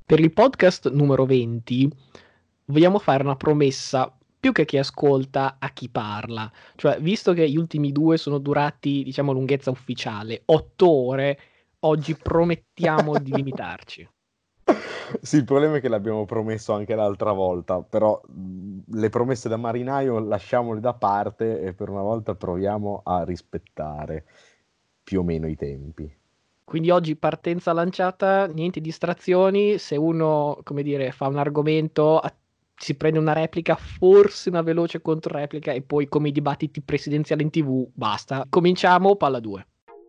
Per il podcast numero 20 vogliamo fare una promessa più che a chi ascolta a chi parla. Cioè, visto che gli ultimi due sono durati, diciamo, a lunghezza ufficiale, 8 ore, oggi promettiamo di limitarci. Sì, il problema è che l'abbiamo promesso anche l'altra volta, però le promesse da marinaio lasciamole da parte e per una volta proviamo a rispettare più o meno i tempi. Quindi oggi partenza lanciata, niente distrazioni. Se uno, come dire, fa un argomento, si prende una replica, forse una veloce controreplica e poi come i dibattiti presidenziali in TV, basta. Cominciamo, palla 2.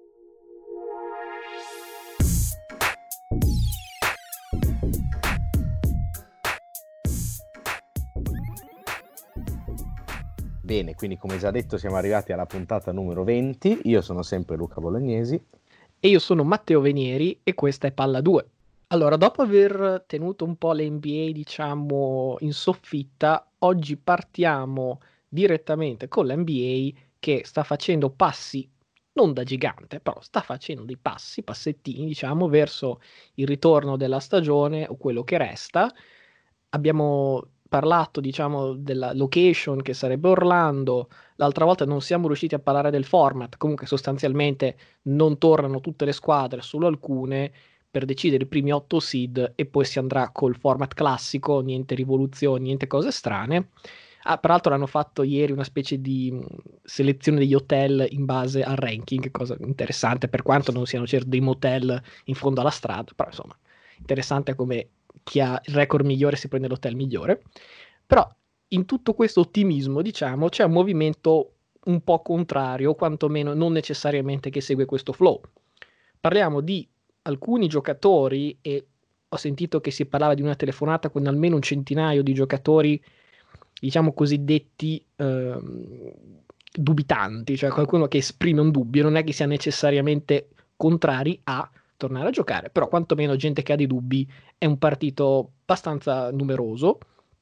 Bene, quindi come già detto siamo arrivati alla puntata numero 20, io sono sempre Luca Bolognesi. E io sono Matteo Venieri e questa è Palla 2. Allora, dopo aver tenuto un po' l'NBA, diciamo, in soffitta, oggi partiamo direttamente con l'NBA che sta facendo passi, non da gigante, però sta facendo dei passi, passettini, diciamo, verso il ritorno della stagione o quello che resta. Abbiamo parlato, diciamo, della location che sarebbe Orlando. L'altra volta non siamo riusciti a parlare del format, comunque sostanzialmente non tornano tutte le squadre, solo alcune, per decidere i primi 8 seed e poi si andrà col format classico, niente rivoluzioni, niente cose strane. Ah, peraltro hanno fatto ieri una specie di selezione degli hotel in base al ranking, cosa interessante, per quanto non siano certo dei motel in fondo alla strada, però insomma, interessante come chi ha il record migliore si prende l'hotel migliore. Però in tutto questo ottimismo, diciamo, c'è un movimento un po' contrario, o quantomeno non necessariamente che segue questo flow. Parliamo di alcuni giocatori e ho sentito che si parlava di una telefonata con almeno un centinaio di giocatori, diciamo cosiddetti dubitanti, cioè qualcuno che esprime un dubbio, non è che sia necessariamente contrari a tornare a giocare, però quantomeno gente che ha dei dubbi, è un partito abbastanza numeroso.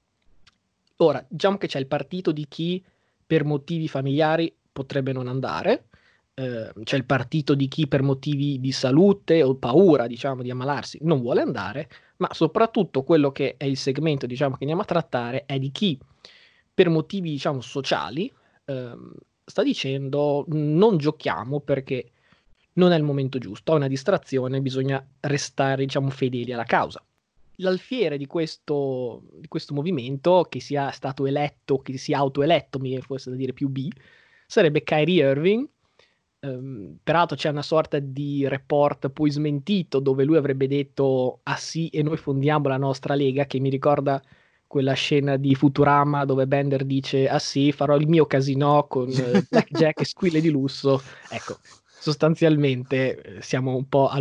Ora, diciamo che c'è il partito di chi per motivi familiari potrebbe non andare, c'è il partito di chi per motivi di salute o paura, diciamo, di ammalarsi non vuole andare, ma soprattutto quello che è il segmento, diciamo, che andiamo a trattare è di chi per motivi, diciamo, sociali sta dicendo non giochiamo perché non è il momento giusto, è una distrazione, bisogna restare, diciamo, fedeli alla causa. L'alfiere di questo movimento, che sia stato eletto, che si sia autoeletto, mi viene forse da dire più B, sarebbe Kyrie Irving. Peraltro c'è una sorta di report poi smentito dove lui avrebbe detto ah sì e noi fondiamo la nostra lega, che mi ricorda quella scena di Futurama dove Bender dice ah sì farò il mio casino con blackjack e squille di lusso. Ecco, sostanzialmente siamo un po'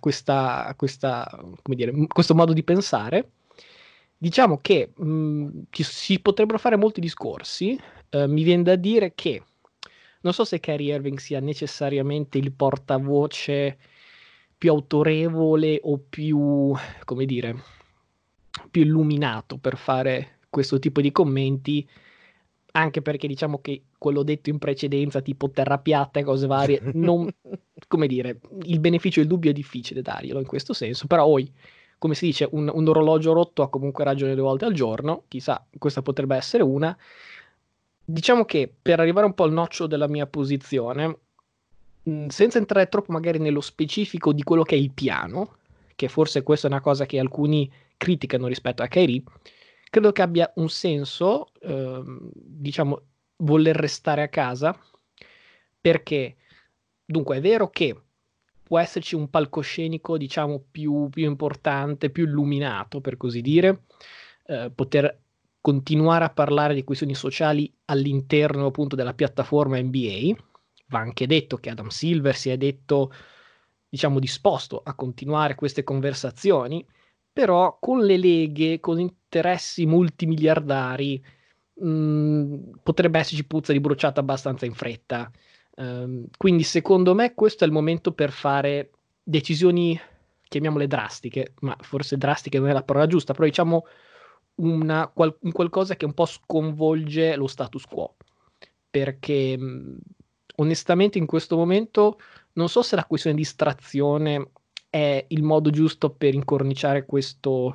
come dire, questo modo di pensare. Diciamo che si potrebbero fare molti discorsi. Mi viene da dire che non so se Kyrie Irving sia necessariamente il portavoce più autorevole o più, come dire, più illuminato per fare questo tipo di commenti, anche perché diciamo che quello detto in precedenza, tipo terra piatta e cose varie, non, come dire, il beneficio del dubbio è difficile darglielo in questo senso, però poi, come si dice, un orologio rotto ha comunque ragione 2 volte al giorno, chissà, questa potrebbe essere una. Diciamo che per arrivare un po' al nocciolo della mia posizione, senza entrare troppo magari nello specifico di quello che è il piano, che forse questa è una cosa che alcuni criticano rispetto a Kyrie, credo che abbia un senso, diciamo, voler restare a casa, perché dunque è vero che può esserci un palcoscenico, diciamo, più importante, più illuminato, per così dire, poter continuare a parlare di questioni sociali all'interno appunto della piattaforma NBA. Va anche detto che Adam Silver si è detto, diciamo, disposto a continuare queste conversazioni, però con le leghe, con interessi multimiliardari, potrebbe esserci puzza di bruciata abbastanza in fretta. Quindi secondo me questo è il momento per fare decisioni, chiamiamole drastiche, ma forse drastiche non è la parola giusta, però diciamo un qualcosa che un po' sconvolge lo status quo. Perché onestamente in questo momento non so se la questione di distrazione è il modo giusto per incorniciare questo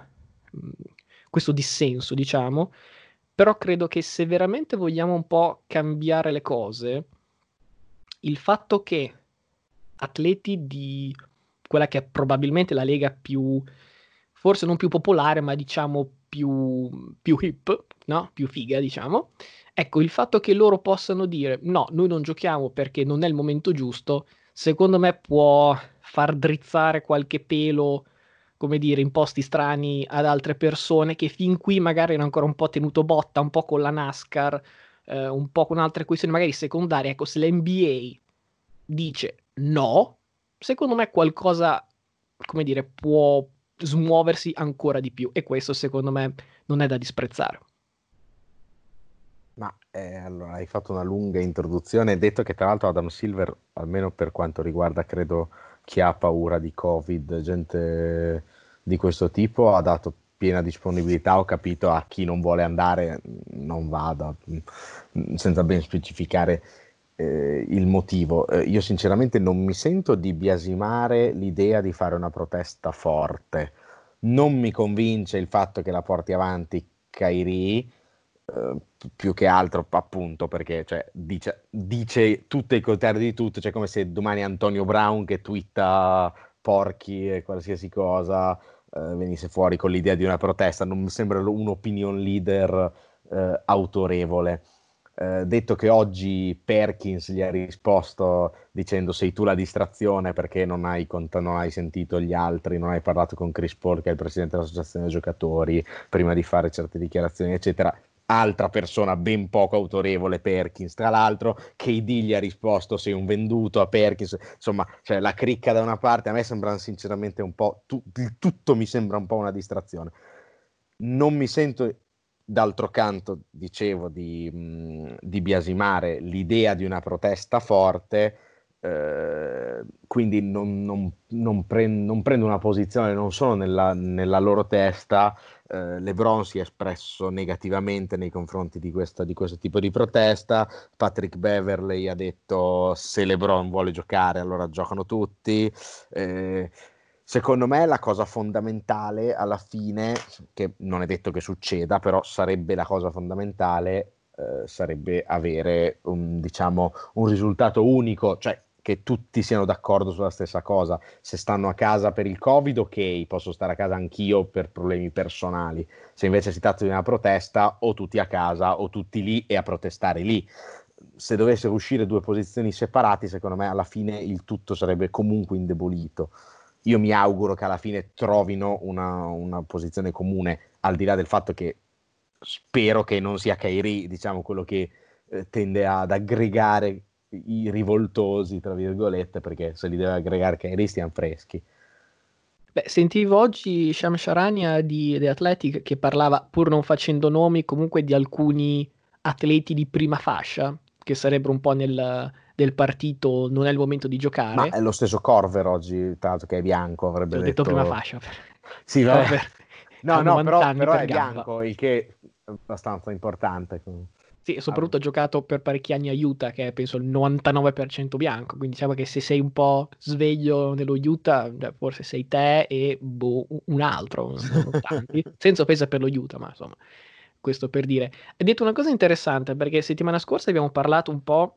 questo dissenso, diciamo, però credo che se veramente vogliamo un po' cambiare le cose, il fatto che atleti di quella che è probabilmente la lega più, forse non più popolare, ma diciamo più hip, no? Più figa, diciamo. Ecco, il fatto che loro possano dire no, noi non giochiamo perché non è il momento giusto, secondo me può far drizzare qualche pelo, come dire, in posti strani ad altre persone che fin qui magari hanno ancora un po' tenuto botta, un po' con la NASCAR, un po' con altre questioni magari secondarie. Ecco, se l'NBA dice no, secondo me qualcosa, come dire, può smuoversi ancora di più e questo secondo me non è da disprezzare. Ma allora hai fatto una lunga introduzione, detto che tra l'altro Adam Silver, almeno per quanto riguarda, credo, chi ha paura di Covid, gente di questo tipo, ha dato piena disponibilità, ho capito, a chi non vuole andare, non vada, senza ben specificare il motivo. Io sinceramente non mi sento di biasimare l'idea di fare una protesta forte. Non mi convince il fatto che la porti avanti Kyrie, più che altro appunto perché cioè, dice tutto il contrario di tutto, cioè come se domani Antonio Brown che twitta porchi e qualsiasi cosa venisse fuori con l'idea di una protesta, non mi sembra un opinion leader autorevole. Detto che oggi Perkins gli ha risposto dicendo sei tu la distrazione perché non hai sentito gli altri, non hai parlato con Chris Paul che è il presidente dell'associazione dei giocatori prima di fare certe dichiarazioni eccetera. Altra persona ben poco autorevole, Perkins, tra l'altro KD gli ha risposto sei un venduto a Perkins, insomma cioè, la cricca da una parte a me sembra sinceramente un po' il tutto mi sembra un po' una distrazione. Non mi sento d'altro canto, dicevo, di biasimare l'idea di una protesta forte, quindi non prendo una posizione, non sono nella loro testa. LeBron si è espresso negativamente nei confronti di questo tipo di protesta. Patrick Beverley ha detto se LeBron vuole giocare allora giocano tutti. Secondo me la cosa fondamentale alla fine, che non è detto che succeda, però sarebbe la cosa fondamentale, sarebbe avere diciamo, un risultato unico, cioè che tutti siano d'accordo sulla stessa cosa. Se stanno a casa per il Covid, ok, posso stare a casa anch'io per problemi personali. Se invece si tratta di una protesta, o tutti a casa o tutti lì e a protestare lì. Se dovessero uscire due posizioni separate, secondo me alla fine il tutto sarebbe comunque indebolito. Io mi auguro che alla fine trovino una posizione comune, al di là del fatto che spero che non sia Kyrie, diciamo, quello che tende ad aggregare i rivoltosi, tra virgolette, perché se li deve aggregare Kyrie stiamo freschi. Beh, sentivo oggi Shams Charania di The Athletic che parlava, pur non facendo nomi, comunque di alcuni atleti di prima fascia, che sarebbero un po' del partito, non è il momento di Ma giocare. è lo stesso Corver oggi, tra l'altro che è bianco, Ti avrebbe ho detto prima detto... fascia, Sì, vabbè. Cover No, ha no, 90 però, anni però per è gamba. bianco, il che è abbastanza importante. Sì, e Ah, soprattutto ha giocato per parecchi anni a Utah, che è penso il 99% bianco, quindi diciamo che se sei un po' sveglio nello Utah, forse sei te e boh, un altro, non tanti, senza offesa per lo Utah, ma insomma, questo per dire. Hai detto una cosa interessante, perché settimana scorsa abbiamo parlato un po',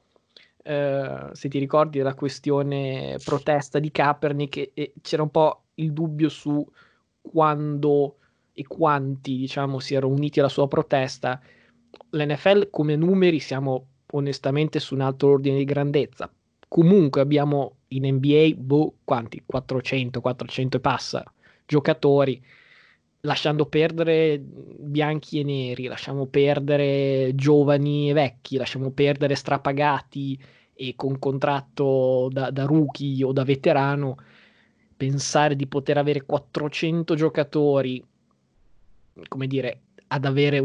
se ti ricordi, della questione protesta di Kaepernick e c'era un po' il dubbio su quando e quanti, diciamo, si erano uniti alla sua protesta. L'NFL come numeri siamo onestamente su un altro ordine di grandezza. Comunque abbiamo in NBA, boh, quanti? 400, 400 e passa giocatori, lasciando perdere bianchi e neri, lasciamo perdere giovani e vecchi, lasciamo perdere strapagati e con contratto da rookie o da veterano. Pensare di poter avere 400 giocatori, come dire, ad avere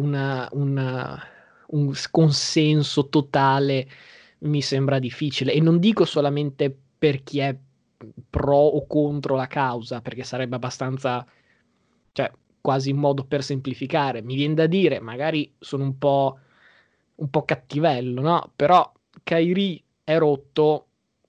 un consenso totale mi sembra difficile. E non dico solamente per chi è pro o contro la causa, perché sarebbe abbastanza, cioè, quasi un modo per semplificare. Mi viene da dire, magari sono un po' cattivello, no? Però Kyrie è rotto,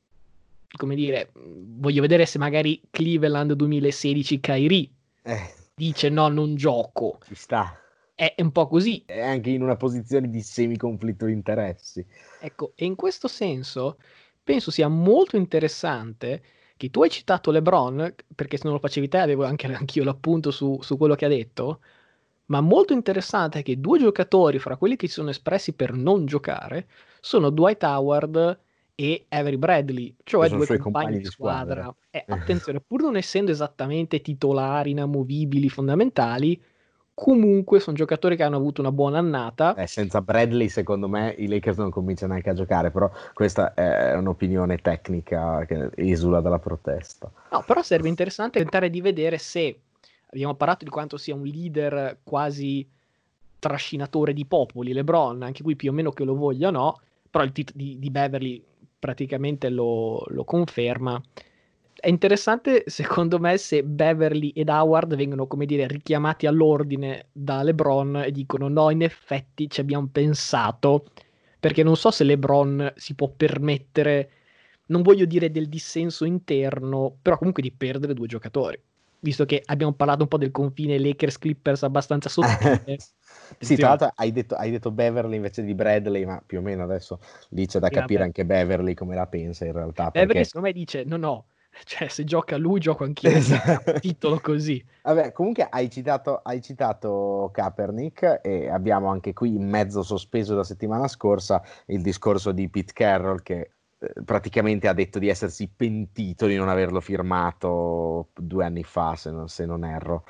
come dire, voglio vedere se magari Cleveland 2016 Kyrie eh. dice no, non gioco. Ci sta. È un po' così. È anche in una posizione di semi-conflitto di interessi. Ecco, e in questo senso penso sia molto interessante che tu hai citato LeBron, perché se non lo facevi te avevo anche anch'io l'appunto su quello che ha detto, ma molto interessante è che due giocatori fra quelli che si sono espressi per non giocare sono Dwight Howard e Avery Bradley, Che cioè sono due suoi compagni compagni di di squadra. squadra. E attenzione, pur non essendo esattamente titolari, inamovibili, fondamentali, comunque sono giocatori che hanno avuto una buona annata. Senza Bradley, secondo me, i Lakers non cominciano neanche a giocare, però questa è un'opinione tecnica che esula dalla protesta. No, però sarebbe interessante tentare di vedere se abbiamo parlato di quanto sia un leader quasi trascinatore di popoli, LeBron, anche qui più o meno che lo voglia o no, però il titolo di Beverly praticamente lo conferma. È interessante, secondo me, se Beverly ed Howard vengono, come dire, richiamati all'ordine da LeBron e dicono no, in effetti ci abbiamo pensato, perché non so se LeBron si può permettere, non voglio dire del dissenso interno, però comunque di perdere due giocatori. Visto che abbiamo parlato un po' del confine Lakers-Clippers abbastanza sottile, Sì, tra attenzione. l'altro hai detto Beverly invece di Bradley, ma più o meno adesso lì c'è da Sì, capire vabbè. anche Beverly come la pensa in realtà, Beverly perché secondo me dice no, no, cioè se gioca lui gioco anch'io, non è che è un titolo così. Vabbè, comunque hai citato Kaepernick e abbiamo anche qui in mezzo sospeso la settimana scorsa il discorso di Pete Carroll che praticamente ha detto di essersi pentito di non averlo firmato 2 anni fa, se non erro.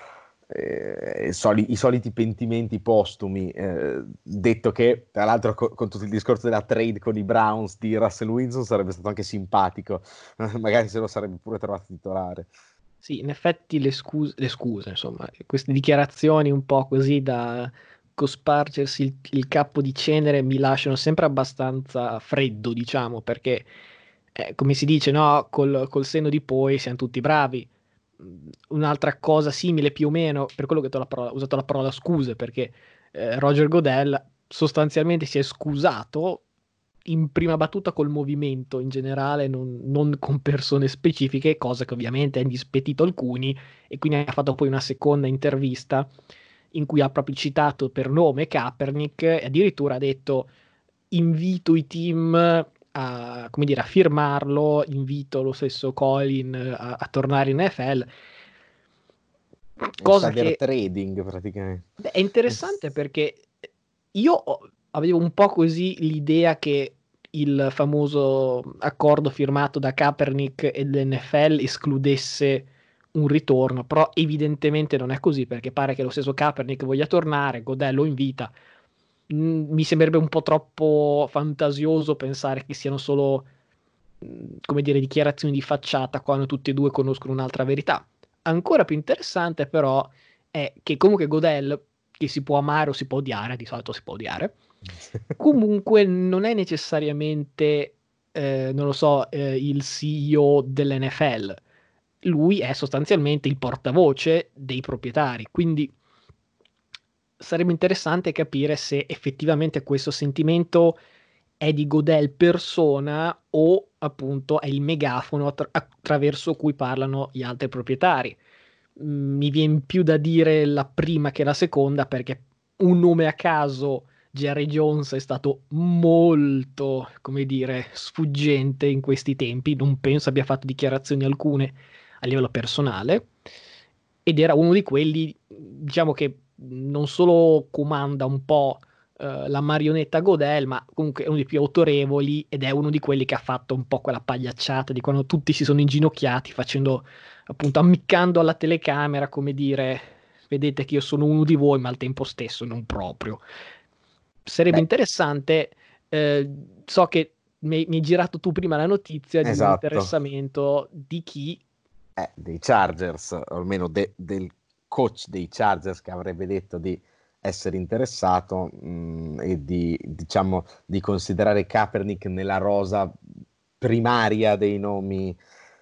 I soliti pentimenti postumi, detto che tra l'altro con tutto il discorso della trade con i Browns di Russell Wilson sarebbe stato anche simpatico, magari se lo sarebbe pure trovato titolare. Sì, in effetti le scuse, insomma, queste dichiarazioni un po' così da cospargersi il capo di cenere mi lasciano sempre abbastanza freddo, diciamo, perché come si dice, no, col senno di poi siamo tutti bravi. Un'altra cosa simile più o meno, per quello che ho usato la parola scuse, perché Roger Godel sostanzialmente si è scusato in prima battuta col movimento in generale, non con persone specifiche, cosa che ovviamente ha indispettito alcuni, e quindi ha fatto poi una seconda intervista in cui ha proprio citato per nome Kaepernick e addirittura ha detto invito i team a, come dire, a firmarlo, invito lo stesso Colin a tornare in NFL, Un cosa Sader che trading praticamente. beh, è interessante perché avevo un po' così l'idea che il famoso accordo firmato da Kaepernick e l'NFL escludesse un ritorno, però evidentemente non è così perché pare che lo stesso Kaepernick voglia tornare, Godel lo invita. Mi sembrerebbe un po' troppo fantasioso pensare che siano solo, come dire, dichiarazioni di facciata quando tutti e due conoscono un'altra verità. Ancora più interessante però è che comunque Godel, che si può amare o si può odiare, di solito si può odiare, comunque non è necessariamente, non lo so, il CEO dell'NFL. Lui è sostanzialmente il portavoce dei proprietari, quindi sarebbe interessante capire se effettivamente questo sentimento è di Godel persona o appunto è il megafono attraverso cui parlano gli altri proprietari. Mi viene più da dire la prima che la seconda perché un nome a caso, Jerry Jones, è stato molto, come dire, sfuggente in questi tempi, non penso abbia fatto dichiarazioni alcune a livello personale ed era uno di quelli, diciamo che non solo comanda un po' la marionetta Godel, ma comunque è uno dei più autorevoli ed è uno di quelli che ha fatto un po' quella pagliacciata di quando tutti si sono inginocchiati facendo appunto ammiccando alla telecamera come dire vedete che io sono uno di voi, ma al tempo stesso non proprio. Sarebbe Beh, interessante, eh, so che mi hai girato tu prima la notizia di un esatto. interessamento di chi. Dei Chargers, o almeno del coach dei Chargers che avrebbe detto di essere interessato e di, diciamo, di considerare Kaepernick nella rosa primaria dei nomi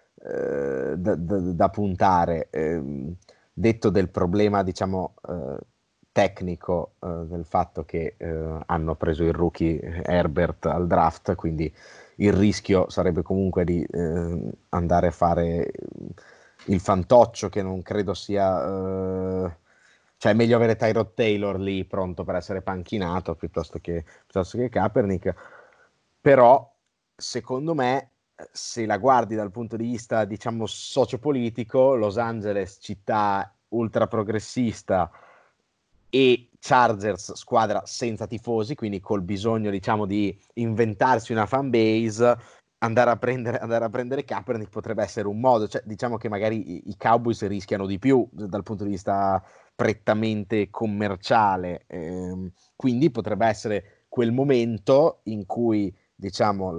da puntare. Detto del problema, diciamo, tecnico del fatto che hanno preso il rookie Herbert al draft, quindi il rischio sarebbe comunque di andare a fare il fantoccio che non credo sia... cioè è meglio avere Tyrod Taylor lì pronto per essere panchinato piuttosto che Kaepernick, però secondo me se la guardi dal punto di vista diciamo sociopolitico, Los Angeles città ultra progressista e Chargers squadra senza tifosi, quindi col bisogno diciamo di inventarsi una fan base, andare a prendere Kaepernick potrebbe essere un modo, cioè, diciamo che magari i Cowboys rischiano di più dal punto di vista prettamente commerciale, quindi potrebbe essere quel momento in cui diciamo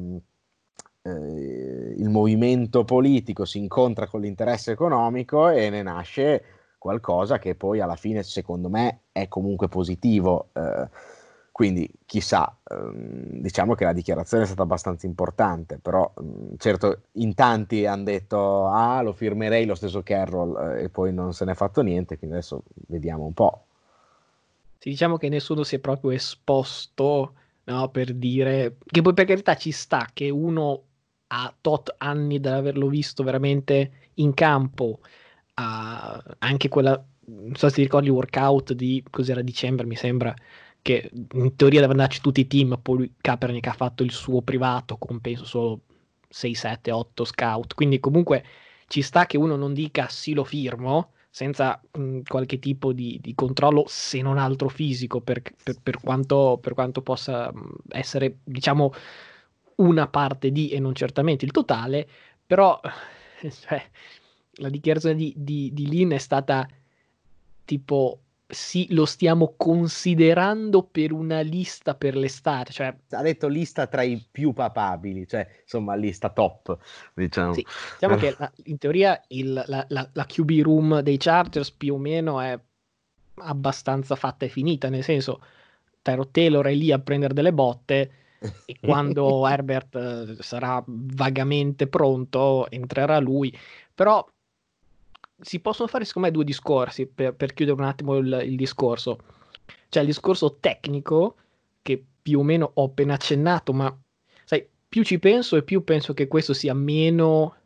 il movimento politico si incontra con l'interesse economico e ne nasce qualcosa che poi alla fine secondo me è comunque positivo. Quindi chissà, diciamo che la dichiarazione è stata abbastanza importante, però certo in tanti hanno detto lo firmerei lo stesso Carroll e poi non se n'è fatto niente, quindi adesso vediamo un po'. Sì, diciamo che nessuno si è proprio esposto, no, per dire che poi per carità ci sta che uno ha tot anni dall'averlo visto veramente in campo, anche quella, non so se ti ricordi il workout di, cos'era, dicembre mi sembra, che in teoria devono andarci tutti i team, poi Kaepernick ha fatto il suo privato con penso solo 6, 7, 8 scout, quindi comunque ci sta che uno non dica sì lo firmo senza qualche tipo di controllo, se non altro fisico, per quanto possa essere, diciamo, una parte di e non certamente il totale, però cioè, la dichiarazione di Lin è stata tipo sì, lo stiamo considerando per una lista per l'estate, cioè Ha detto lista tra i più papabili, cioè insomma lista top, diciamo. sì, diciamo che in teoria la QB room dei Chargers più o meno è abbastanza fatta e finita, nel senso Tyrod Taylor è lì a prendere delle botte e quando Herbert sarà vagamente pronto entrerà lui, però si possono fare secondo me due discorsi per chiudere un attimo il discorso. C'è il discorso tecnico che più o meno ho appena accennato, ma sai, più ci penso e più penso che questo sia meno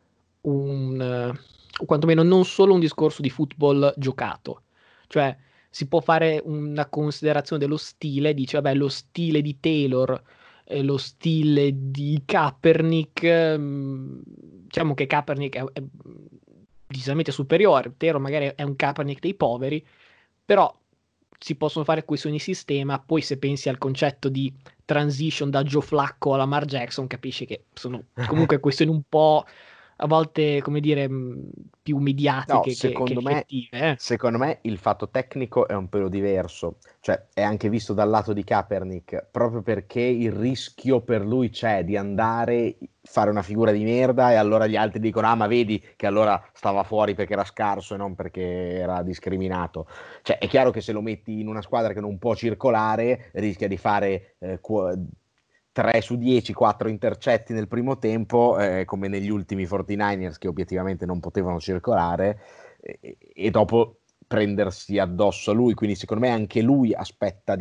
o quantomeno non solo un discorso di football giocato. Cioè, si può fare una considerazione dello stile, dice, vabbè, lo stile di Taylor, lo stile di Kaepernick, diciamo che Kaepernick è decisamente superiore, Taylor magari è un Kaepernick dei poveri, però si possono fare questioni di sistema, poi se pensi al concetto di transition da Joe Flacco a Lamar Jackson, capisci che sono comunque questioni un po' a volte, come dire, più No, mediatiche che effettive. secondo me il fatto tecnico è un pelo diverso, cioè è anche visto dal lato di Kaepernick, proprio perché il rischio per lui c'è di andare, fare una figura di merda e allora gli altri dicono, ma vedi che allora stava fuori perché era scarso e non perché era discriminato. Cioè è chiaro che se lo metti in una squadra che non può circolare, rischia di fare 3 su 10, 4 intercetti nel primo tempo, come negli ultimi 49ers che obiettivamente non potevano circolare, e dopo prendersi addosso a lui. Quindi secondo me anche lui aspetta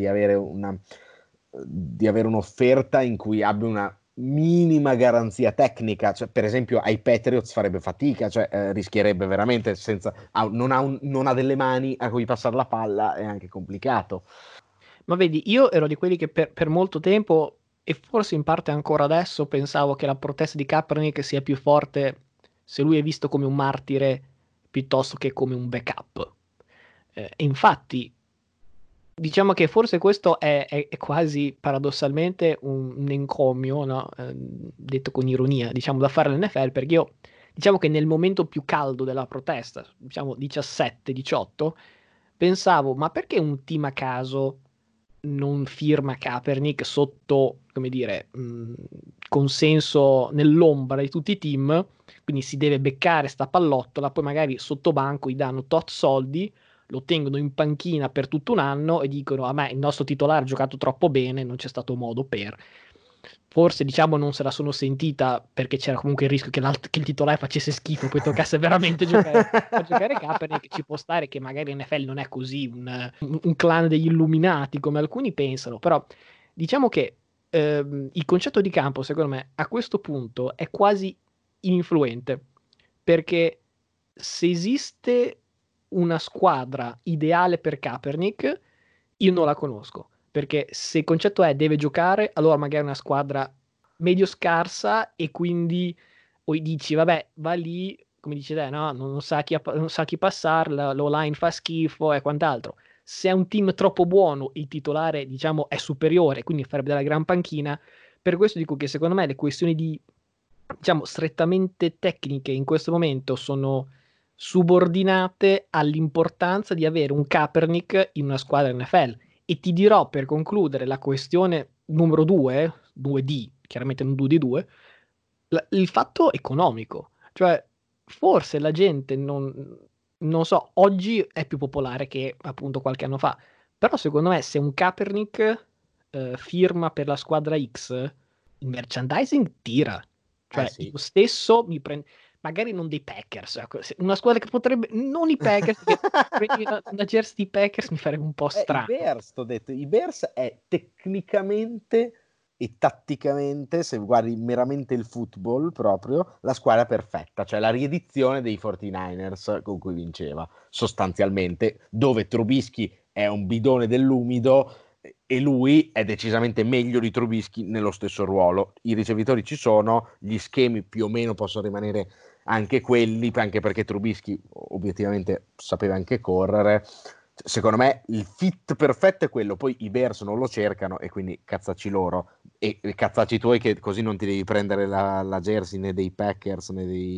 di avere un'offerta in cui abbia una minima garanzia tecnica, cioè, per esempio ai Patriots farebbe fatica, cioè, rischierebbe veramente senza, non ha delle mani a cui passare la palla, è anche complicato. Ma vedi, io ero di quelli che per molto tempo, e forse in parte ancora adesso, pensavo che la protesta di Kaepernick sia più forte se lui è visto come un martire piuttosto che come un backup. E infatti, diciamo che forse questo è quasi paradossalmente un encomio, no? Detto con ironia, diciamo, da fare all'NFL, perché io, diciamo che nel momento più caldo della protesta, diciamo 17-18, pensavo, ma perché un team a caso non firma Kaepernick sotto, come dire, consenso nell'ombra di tutti i team, quindi si deve beccare sta pallottola, poi magari sotto banco gli danno tot soldi, lo tengono in panchina per tutto un anno e dicono a me il nostro titolare ha giocato troppo bene, non c'è stato modo per. Forse diciamo non se la sono sentita perché c'era comunque il rischio che il titolare facesse schifo e poi toccasse veramente giocare Kaepernick. Ci può stare che magari NFL non è così un clan degli illuminati come alcuni pensano, però diciamo che il concetto di campo secondo me a questo punto è quasi ininfluente perché se esiste una squadra ideale per Kaepernick, io non la conosco, perché se il concetto è deve giocare, allora magari una squadra medio scarsa e quindi o dici vabbè va lì, come dice te, no? Non sa non sa chi passare, l'O-line fa schifo e quant'altro. Se è un team troppo buono, il titolare diciamo è superiore, quindi farebbe della gran panchina. Per questo dico che secondo me le questioni di diciamo strettamente tecniche in questo momento sono subordinate all'importanza di avere un Kaepernick in una squadra NFL. E ti dirò per concludere la questione numero 2, 2D, chiaramente non 2 di 2, il fatto economico. Cioè, forse la gente non so, oggi è più popolare che appunto qualche anno fa, però secondo me se un Kaepernick firma per la squadra X, il merchandising tira. Cioè, Sì. io stesso mi prendo, magari non dei Packers, ecco, una squadra che potrebbe, non i Packers, perché prendi una jersey di Packers mi farebbe un po' I strano. Bears, t'ho detto, i Bears è tecnicamente e tatticamente, se guardi meramente il football proprio, la squadra perfetta, cioè la riedizione dei 49ers con cui vinceva, sostanzialmente, dove Trubisky è un bidone dell'umido e lui è decisamente meglio di Trubisky nello stesso ruolo. I ricevitori ci sono, gli schemi più o meno possono rimanere anche quelli, anche perché Trubisky obiettivamente sapeva anche correre. Secondo me il fit perfetto è quello, poi i Bears non lo cercano e quindi cazzaci loro e cazzaci tuoi che così non ti devi prendere la jersey né dei Packers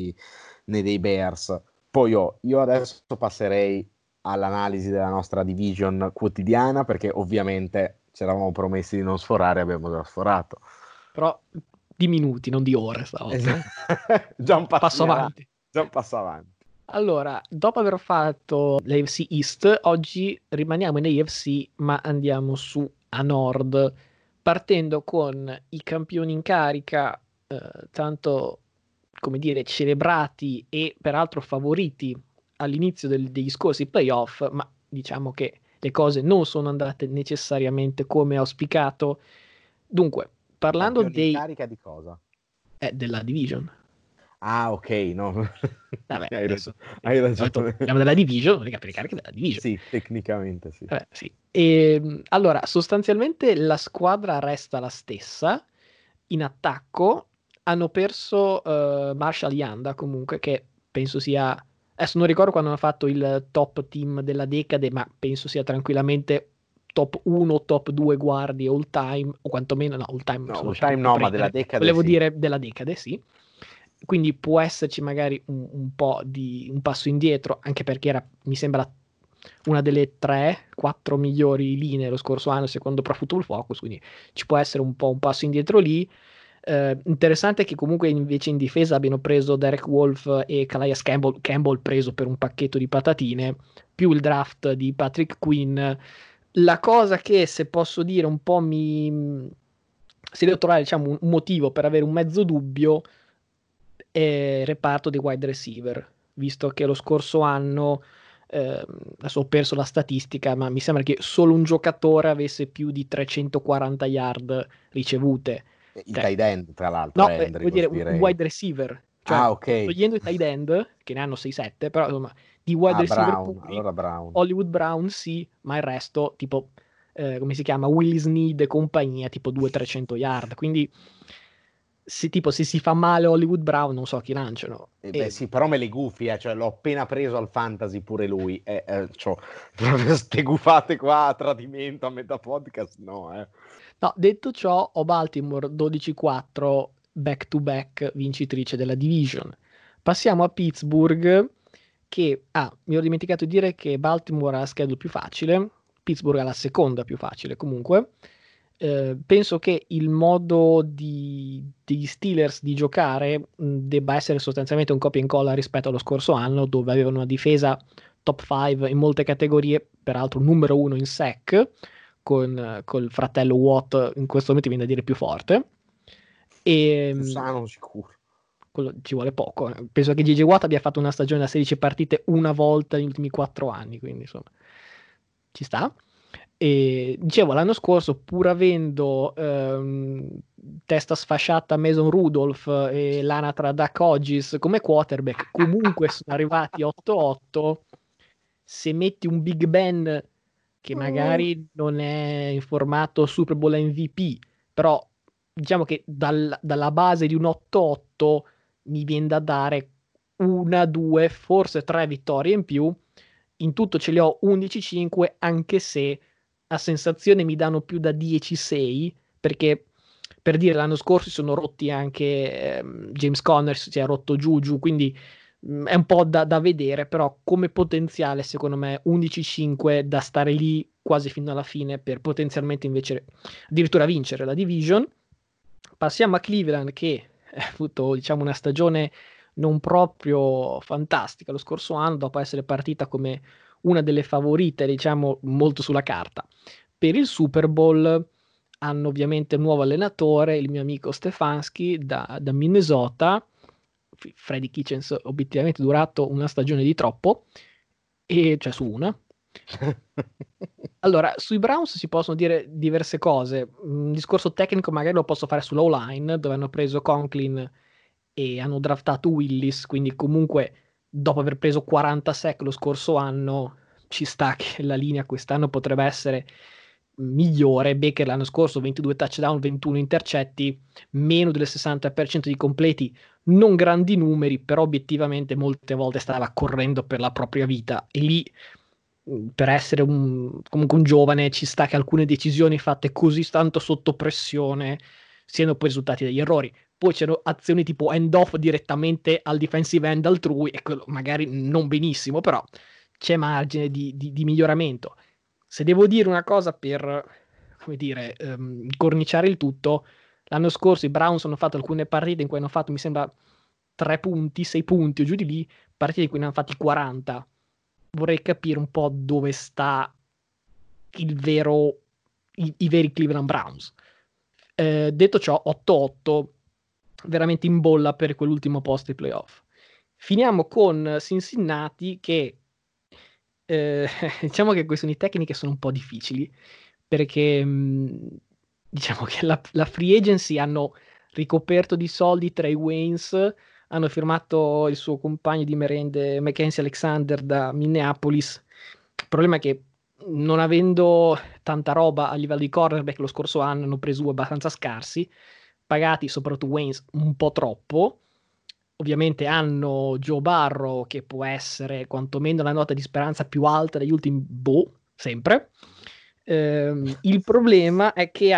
né dei Bears. Poi io adesso passerei all'analisi della nostra division quotidiana perché ovviamente ci eravamo promessi di non sforare e abbiamo già sforato. Però di minuti, non di ore stavolta. Già un passo Passo in avanti. avanti. Già un passo avanti. Allora, dopo aver fatto l'AFC East, oggi rimaniamo in AFC, ma andiamo su a nord, partendo con i campioni in carica, tanto come dire, celebrati e peraltro favoriti all'inizio degli scorsi playoff, ma diciamo che le cose non sono andate necessariamente come auspicato. Dunque, parlando Campioni in carica di cosa? della division. Ah, ok, no. Vabbè, Hai adesso ragione. Hai ho detto, ragione. parliamo della division, non è che carica della division. Sì, tecnicamente sì. Sì. E, allora, sostanzialmente la squadra resta la stessa. In attacco hanno perso Marshall Yanda comunque, che penso sia... Adesso non ricordo quando hanno fatto il top team della decade, ma penso sia tranquillamente top 1, top 2 guardie all time, o quantomeno, no, all time No, se lo all lasciate time un po' no, ma della prendere. decade Volevo sì. dire della decade, sì. Quindi può esserci magari un po' di un passo indietro, anche perché era, mi sembra, una delle 3-4 migliori linee lo scorso anno, secondo Pro Football Focus, quindi ci può essere un po' un passo indietro lì. Interessante che comunque invece in difesa abbiano preso Derek Wolf e Calais Campbell preso per un pacchetto di patatine, più il draft di Patrick Quinn. La cosa che, se posso dire, un po' se devo trovare diciamo, un motivo per avere un mezzo dubbio è il reparto dei wide receiver, visto che lo scorso anno, adesso ho perso la statistica, ma mi sembra che solo un giocatore avesse più di 340 yard ricevute. Il Cioè, tight end, tra l'altro, no, vuol dire Hendricks, un direi. wide receiver, cioè Ah, ok. togliendo i tight end, che ne hanno 6-7, però insomma, di wide Ah, receiver Brown. puri, Allora Brown. Hollywood Brown sì, ma il resto, tipo, come si chiama, Willis Snead e compagnia, tipo 200-300 yard, quindi se si fa male Hollywood Brown non so chi lanciano. Beh sì, però me le gufi, cioè l'ho appena preso al fantasy pure lui. C'ho proprio ste gufate qua a tradimento a metà podcast, no, No, detto ciò, ho Baltimore 12-4 back to back vincitrice della division. Passiamo a Pittsburgh che mi ero dimenticato di dire che Baltimore ha la schedule più facile, Pittsburgh ha la seconda più facile comunque. Penso che il modo degli Steelers di giocare debba essere sostanzialmente un copia e incolla rispetto allo scorso anno, dove avevano una difesa top 5 in molte categorie, peraltro numero 1 in sack, con col fratello Watt in questo momento viene da dire più forte. E più sano sicuro. quello ci vuole poco. Penso che Gigi Watt abbia fatto una stagione da 16 partite una volta negli ultimi 4 anni, quindi insomma ci sta. E dicevo, l'anno scorso, pur avendo testa sfasciata Mason Rudolph e l'anatra Duck Hodges come quarterback, comunque sono arrivati 8-8. Se metti un Big Ben che magari non è in formato Super Bowl MVP, però diciamo che dalla base di un 8-8 mi viene da dare una, due, forse tre vittorie in più. In tutto ce le ho 11-5, anche se a sensazione mi danno più da 10-6, perché per dire l'anno scorso si sono rotti anche James Conner, si è rotto Juju, quindi è un po' da vedere, però come potenziale secondo me 11-5 da stare lì quasi fino alla fine per potenzialmente invece addirittura vincere la division. Passiamo a Cleveland che ha avuto diciamo una stagione non proprio fantastica lo scorso anno dopo essere partita come una delle favorite, diciamo molto sulla carta. Per il Super Bowl hanno ovviamente un nuovo allenatore, il mio amico Stefanski da Minnesota. Freddy Kitchens obiettivamente durato una stagione di troppo, e cioè su una. Allora, sui Browns si possono dire diverse cose. Un discorso tecnico magari lo posso fare sull'O-line, dove hanno preso Conklin e hanno draftato Willis, quindi comunque dopo aver preso 40 sack lo scorso anno, ci sta che la linea quest'anno potrebbe essere migliore. Baker l'anno scorso 22 touchdown, 21 intercetti, meno del 60% di completi, non grandi numeri, però obiettivamente molte volte stava correndo per la propria vita e lì per essere comunque un giovane ci sta che alcune decisioni fatte così tanto sotto pressione siano poi risultati degli errori. Poi c'erano azioni tipo end off direttamente al defensive end altrui e quello magari non benissimo, però c'è margine di miglioramento. Se devo dire una cosa per, come dire, corniciare il tutto, l'anno scorso i Browns hanno fatto alcune partite in cui hanno fatto, mi sembra, 3 punti, 6 punti o giù di lì, partite in cui ne hanno fatti 40. Vorrei capire un po' dove sta il vero, i veri Cleveland Browns. Detto ciò, 8-8, veramente in bolla per quell'ultimo posto ai playoff. Finiamo con Cincinnati che diciamo che questioni tecniche sono un po' difficili perché diciamo che la free agency hanno ricoperto di soldi Trey Waynes, hanno firmato il suo compagno di merende Mackenzie Alexander da Minneapolis. Il problema è che non avendo tanta roba a livello di cornerback lo scorso anno hanno preso abbastanza scarsi, pagati soprattutto Waynes un po' troppo. Ovviamente hanno Joe Barrow che può essere quantomeno la nota di speranza più alta degli ultimi, sempre. Il problema è che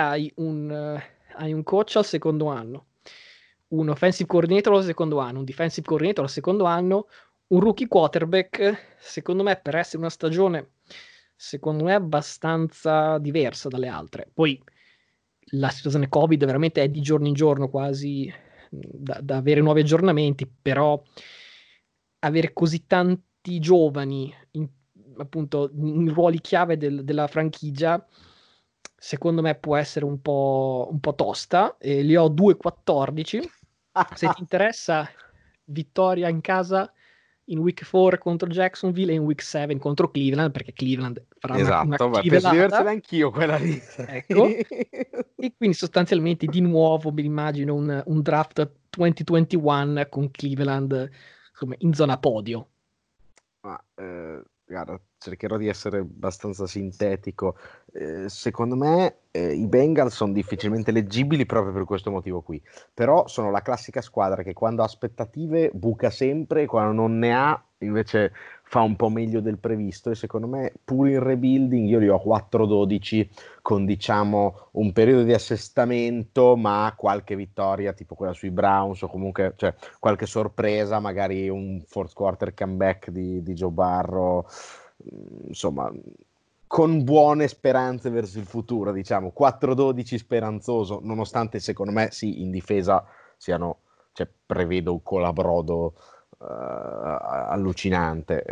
hai un coach al secondo anno, un offensive coordinator al secondo anno, un defensive coordinator al secondo anno, un rookie quarterback, secondo me per essere una stagione, secondo me abbastanza diversa dalle altre. Poi la situazione Covid veramente è di giorno in giorno quasi da avere nuovi aggiornamenti, però avere così tanti giovani appunto in ruoli chiave della franchigia secondo me può essere un po' tosta. Li ho 2-14. Se ti interessa, vittoria in casa in week 4 contro Jacksonville e in week 7 contro Cleveland, perché Cleveland farà una Esatto, beh, penso di clivelata. avercela anch'io quella lì. Ecco. E quindi sostanzialmente di nuovo mi immagino un draft 2021 con Cleveland insomma, in zona podio. Ma, guarda, cercherò di essere abbastanza sintetico. Secondo me i Bengals sono difficilmente leggibili proprio per questo motivo qui. Però sono la classica squadra che quando ha aspettative buca sempre, e quando non ne ha invece fa un po' meglio del previsto. E secondo me, pur in rebuilding, io li ho 4-12 con diciamo un periodo di assestamento, ma qualche vittoria tipo quella sui Browns o comunque cioè, qualche sorpresa, magari un fourth quarter comeback di Joe Barrow, insomma, con buone speranze verso il futuro, diciamo 4-12 speranzoso, nonostante secondo me sì, in difesa siano, cioè, prevedo un colabrodo allucinante.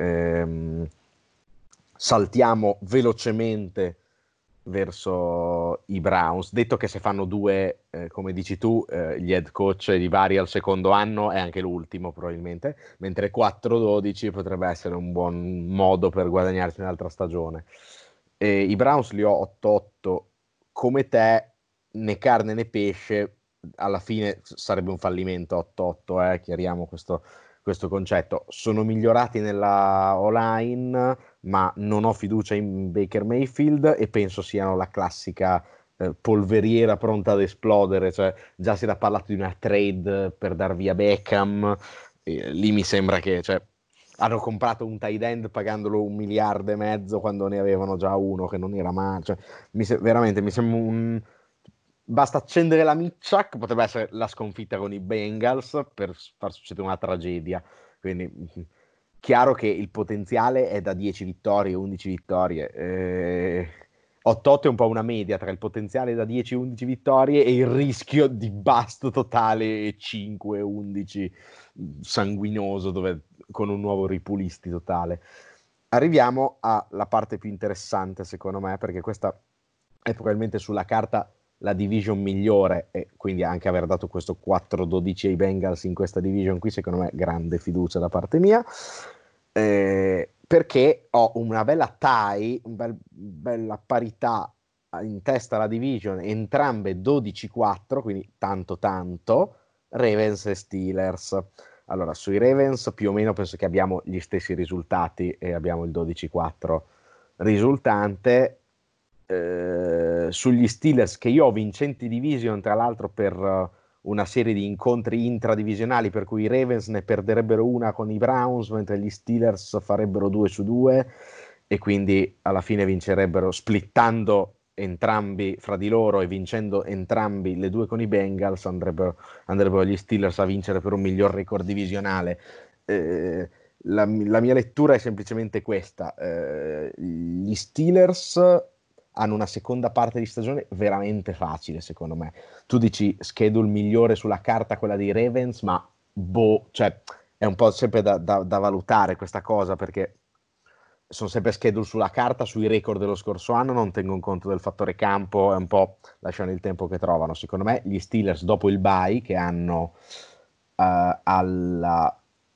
Saltiamo velocemente verso i Browns, detto che se fanno due, come dici tu, gli head coach li vari al secondo anno e anche l'ultimo probabilmente, mentre 4-12 potrebbe essere un buon modo per guadagnarsi un'altra stagione. I Browns li ho 8-8, come te, né carne né pesce, alla fine sarebbe un fallimento 8-8, chiariamo questo concetto. Sono migliorati nella O-line, ma non ho fiducia in Baker Mayfield e penso siano la classica polveriera pronta ad esplodere, cioè già si era parlato di una trade per dar via Beckham, lì mi sembra che, cioè, hanno comprato un tight end pagandolo 1,5 miliardi quando ne avevano già uno che non era male, cioè, veramente mi sembra basta accendere la miccia, che potrebbe essere la sconfitta con i Bengals per far succedere una tragedia, quindi chiaro che il potenziale è da 10 vittorie, 11 vittorie. 8-8 è un po' una media tra il potenziale da 10-11 vittorie e il rischio di bust totale 5-11 sanguinoso con un nuovo ripulisti totale. Arriviamo alla parte più interessante secondo me, perché questa è probabilmente sulla carta la division migliore e quindi anche aver dato questo 4-12 ai Bengals in questa division qui secondo me grande fiducia da parte mia, perché ho una bella tie, bella parità in testa alla division, entrambe 12-4, quindi tanto Ravens e Steelers. Allora, sui Ravens più o meno penso che abbiamo gli stessi risultati e abbiamo il 12-4 risultante. Sugli Steelers, che io ho vincenti division tra l'altro per una serie di incontri intradivisionali, per cui i Ravens ne perderebbero una con i Browns mentre gli Steelers farebbero 2-2 e quindi alla fine vincerebbero splittando entrambi fra di loro e vincendo entrambi le due con i Bengals, andrebbero gli Steelers a vincere per un miglior record divisionale. La mia lettura è semplicemente questa: gli Steelers hanno una seconda parte di stagione veramente facile, secondo me. Tu dici schedule migliore sulla carta quella dei Ravens, ma cioè, è un po' sempre da valutare questa cosa, perché sono sempre schedule sulla carta, sui record dello scorso anno, non tengono conto del fattore campo, è un po' lasciano il tempo che trovano. Secondo me gli Steelers dopo il bye che hanno alla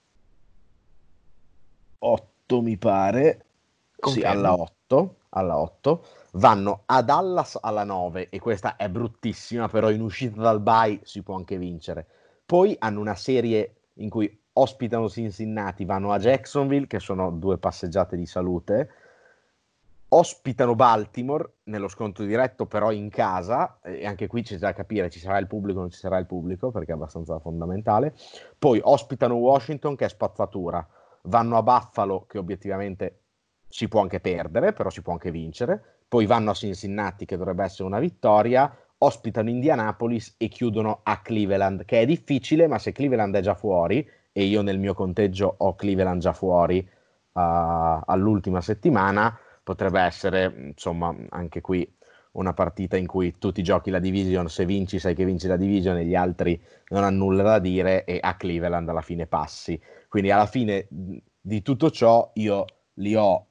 8 mi pare, sì, Confermo. alla 8 vanno a Dallas alla 9 e questa è bruttissima, però in uscita dal bye si può anche vincere. Poi hanno una serie in cui ospitano Cincinnati, vanno a Jacksonville, che sono 2 passeggiate di salute, ospitano Baltimore nello scontro diretto, però in casa, e anche qui c'è da capire, ci sarà il pubblico o non ci sarà il pubblico, perché è abbastanza fondamentale. Poi ospitano Washington, che è spazzatura, vanno a Buffalo, che obiettivamente si può anche perdere, però si può anche vincere, poi vanno a Cincinnati, che dovrebbe essere una vittoria, ospitano Indianapolis e chiudono a Cleveland, che è difficile, ma se Cleveland è già fuori, e io nel mio conteggio ho Cleveland già fuori all'ultima settimana, potrebbe essere, insomma, anche qui una partita in cui tu ti giochi la division, se vinci sai che vinci la division e gli altri non hanno nulla da dire e a Cleveland alla fine passi. Quindi alla fine di tutto ciò io li ho,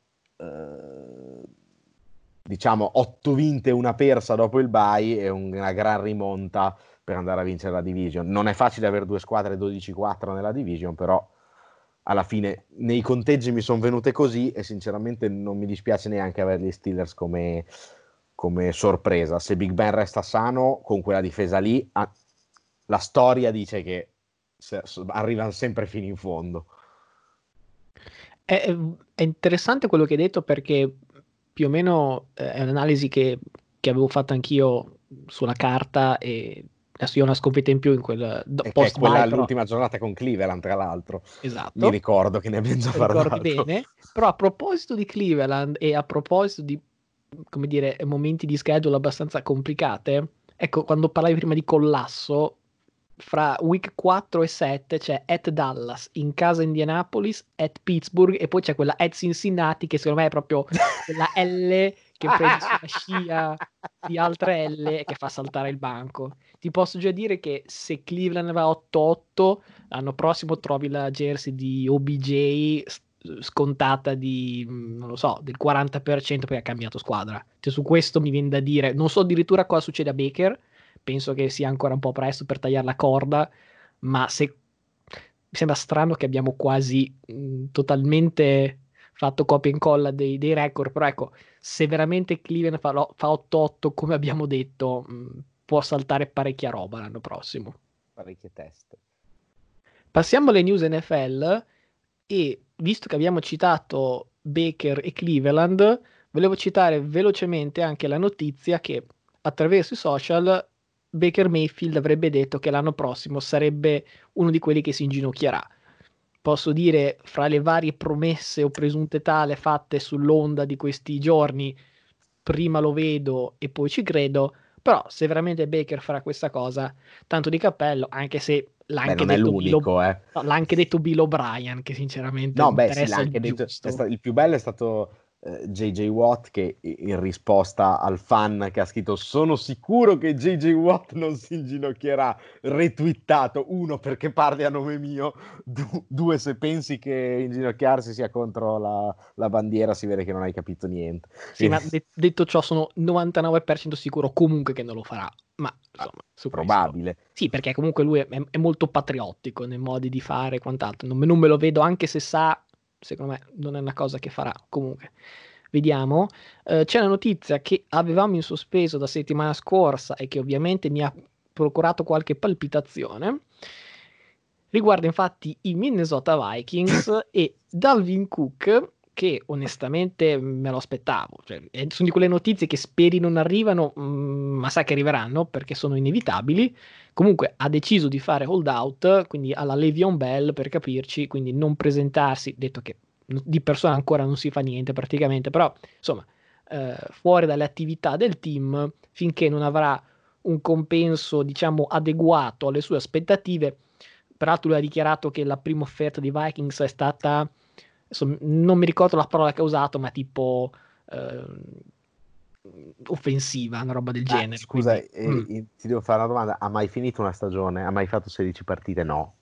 diciamo, 8 vinte e una persa dopo il bye e una gran rimonta per andare a vincere la division. Non è facile avere due squadre 12-4 nella division, però alla fine nei conteggi mi sono venute così e sinceramente non mi dispiace neanche avere gli Steelers come sorpresa. Se Big Ben resta sano con quella difesa lì, la storia dice che arrivano sempre fino in fondo. È interessante quello che hai detto perché più o meno è un'analisi che avevo fatto anch'io sulla carta e adesso io ho una sconfitta in più in quel E che è post quella bye, però l'ultima giornata con Cleveland, tra l'altro. Mi esatto, ricordo che ne abbiamo già ricordi parlato. bene, però a proposito di Cleveland e a proposito di, come dire, momenti di schedule abbastanza complicate, ecco, quando parlavi prima di collasso, fra week 4 e 7 c'è at Dallas, in casa Indianapolis, at Pittsburgh e poi c'è quella at Cincinnati che secondo me è proprio quella L che prendi sulla scia di altre L e che fa saltare il banco. Ti posso già dire che se Cleveland va 8-8, l'anno prossimo trovi la jersey di OBJ scontata di, non lo so, del 40% perché ha cambiato squadra. Cioè, su questo mi viene da dire, non so addirittura cosa succede a Baker, penso che sia ancora un po' presto per tagliare la corda, ma se mi sembra strano che abbiamo quasi totalmente fatto copia e incolla dei record, però ecco, se veramente Cleveland fa 8-8 come abbiamo detto, può saltare parecchia roba l'anno prossimo. Parecchie teste. Passiamo alle news NFL e visto che abbiamo citato Baker e Cleveland, volevo citare velocemente anche la notizia che attraverso i social Baker Mayfield avrebbe detto che l'anno prossimo sarebbe uno di quelli che si inginocchierà. Posso dire, fra le varie promesse o presunte tale fatte sull'onda di questi giorni, prima lo vedo e poi ci credo, però se veramente Baker farà questa cosa, tanto di cappello, anche se l'ha Beh, anche non è detto l'unico, eh. no, l'ha anche detto Bill O'Brien, che sinceramente No, mi beh, sì, l'ha interessa il anche detto. giusto. Il più bello è stato JJ Watt che in risposta al fan che ha scritto sono sicuro che JJ Watt non si inginocchierà, retweetato, uno perché parli a nome mio, due se pensi che inginocchiarsi sia contro la bandiera si vede che non hai capito niente. Sì, Quindi, ma detto ciò, sono 99% sicuro comunque che non lo farà. Ma insomma, su questo. probabile. Sì, perché comunque lui è molto patriottico nei modi di fare e quant'altro. Non me lo vedo, anche se sa, secondo me, non è una cosa che farà. Comunque, vediamo. C'è una notizia che avevamo in sospeso da settimana scorsa e che ovviamente mi ha procurato qualche palpitazione. Riguarda infatti i Minnesota Vikings e Dalvin Cook, che onestamente me lo aspettavo. Cioè, sono di quelle notizie che speri non arrivano, ma sai che arriveranno perché sono inevitabili. Comunque ha deciso di fare hold out, quindi alla Le'Veon Bell per capirci, quindi non presentarsi, detto che di persona ancora non si fa niente praticamente, però insomma, fuori dalle attività del team finché non avrà un compenso, diciamo, adeguato alle sue aspettative. Peraltro lui ha dichiarato che la prima offerta dei Vikings è stata, adesso non mi ricordo la parola che ha usato, ma tipo offensiva, una roba del Ma genere. scusa, Quindi, ti devo fare una domanda. Ha mai finito una stagione? Ha mai fatto 16 partite? No.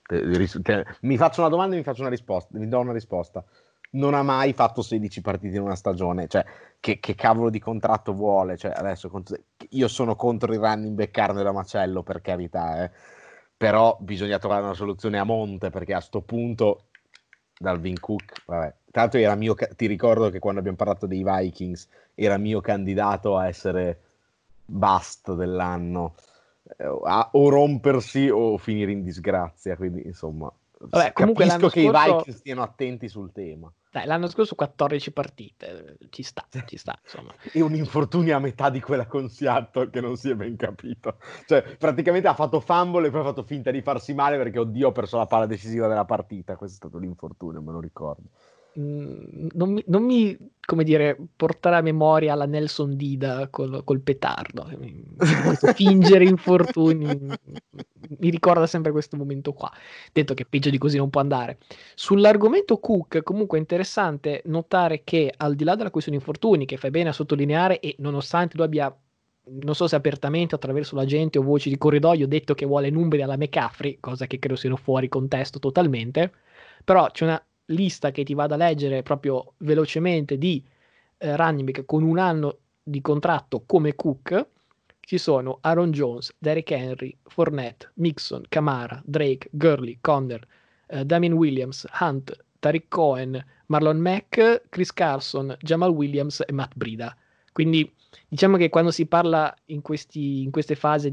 Mi faccio una domanda e mi faccio una risposta. Mi do una risposta. Non ha mai fatto 16 partite in una stagione. Cioè, che cavolo di contratto vuole? Cioè, adesso io sono contro il running back carne da macello, per carità, eh. Però bisogna trovare una soluzione a monte, perché a sto punto Dalvin Cook, vabbè. Tanto era ti ricordo che quando abbiamo parlato dei Vikings era mio candidato a essere bust dell'anno, o rompersi o finire in disgrazia, quindi insomma vabbè, comunque l'anno capisco che i scorso, Vikings stiano attenti sul tema. dai, l'anno scorso 14 partite, ci sta, insomma. E un infortunio a metà di quella con Seattle che non si è ben capito. Cioè, praticamente ha fatto fumble e poi ha fatto finta di farsi male perché, oddio, ha perso la palla decisiva della partita. Questo è stato l'infortunio, me lo ricordo. Non mi, come dire, portare a memoria la Nelson Dida col petardo. Questo fingere infortuni mi ricorda sempre questo momento qua. Detto che peggio di così non può andare. Sull'argomento Cook, comunque è interessante notare che al di là della questione infortuni, che fai bene a sottolineare, e nonostante lui abbia, non so se apertamente attraverso la gente o voci di corridoio, detto che vuole numeri alla McCaffrey, cosa che credo siano fuori contesto totalmente, però c'è una lista che ti vado a leggere proprio velocemente di running back con un anno di contratto come Cook. Ci sono Aaron Jones, Derrick Henry, Fournette, Mixon, Kamara, Drake, Gurley, Conner, Damien Williams, Hunt, Tariq Cohen, Marlon Mack, Chris Carson, Jamal Williams e Matt Brida. Quindi diciamo che quando si parla in queste fasi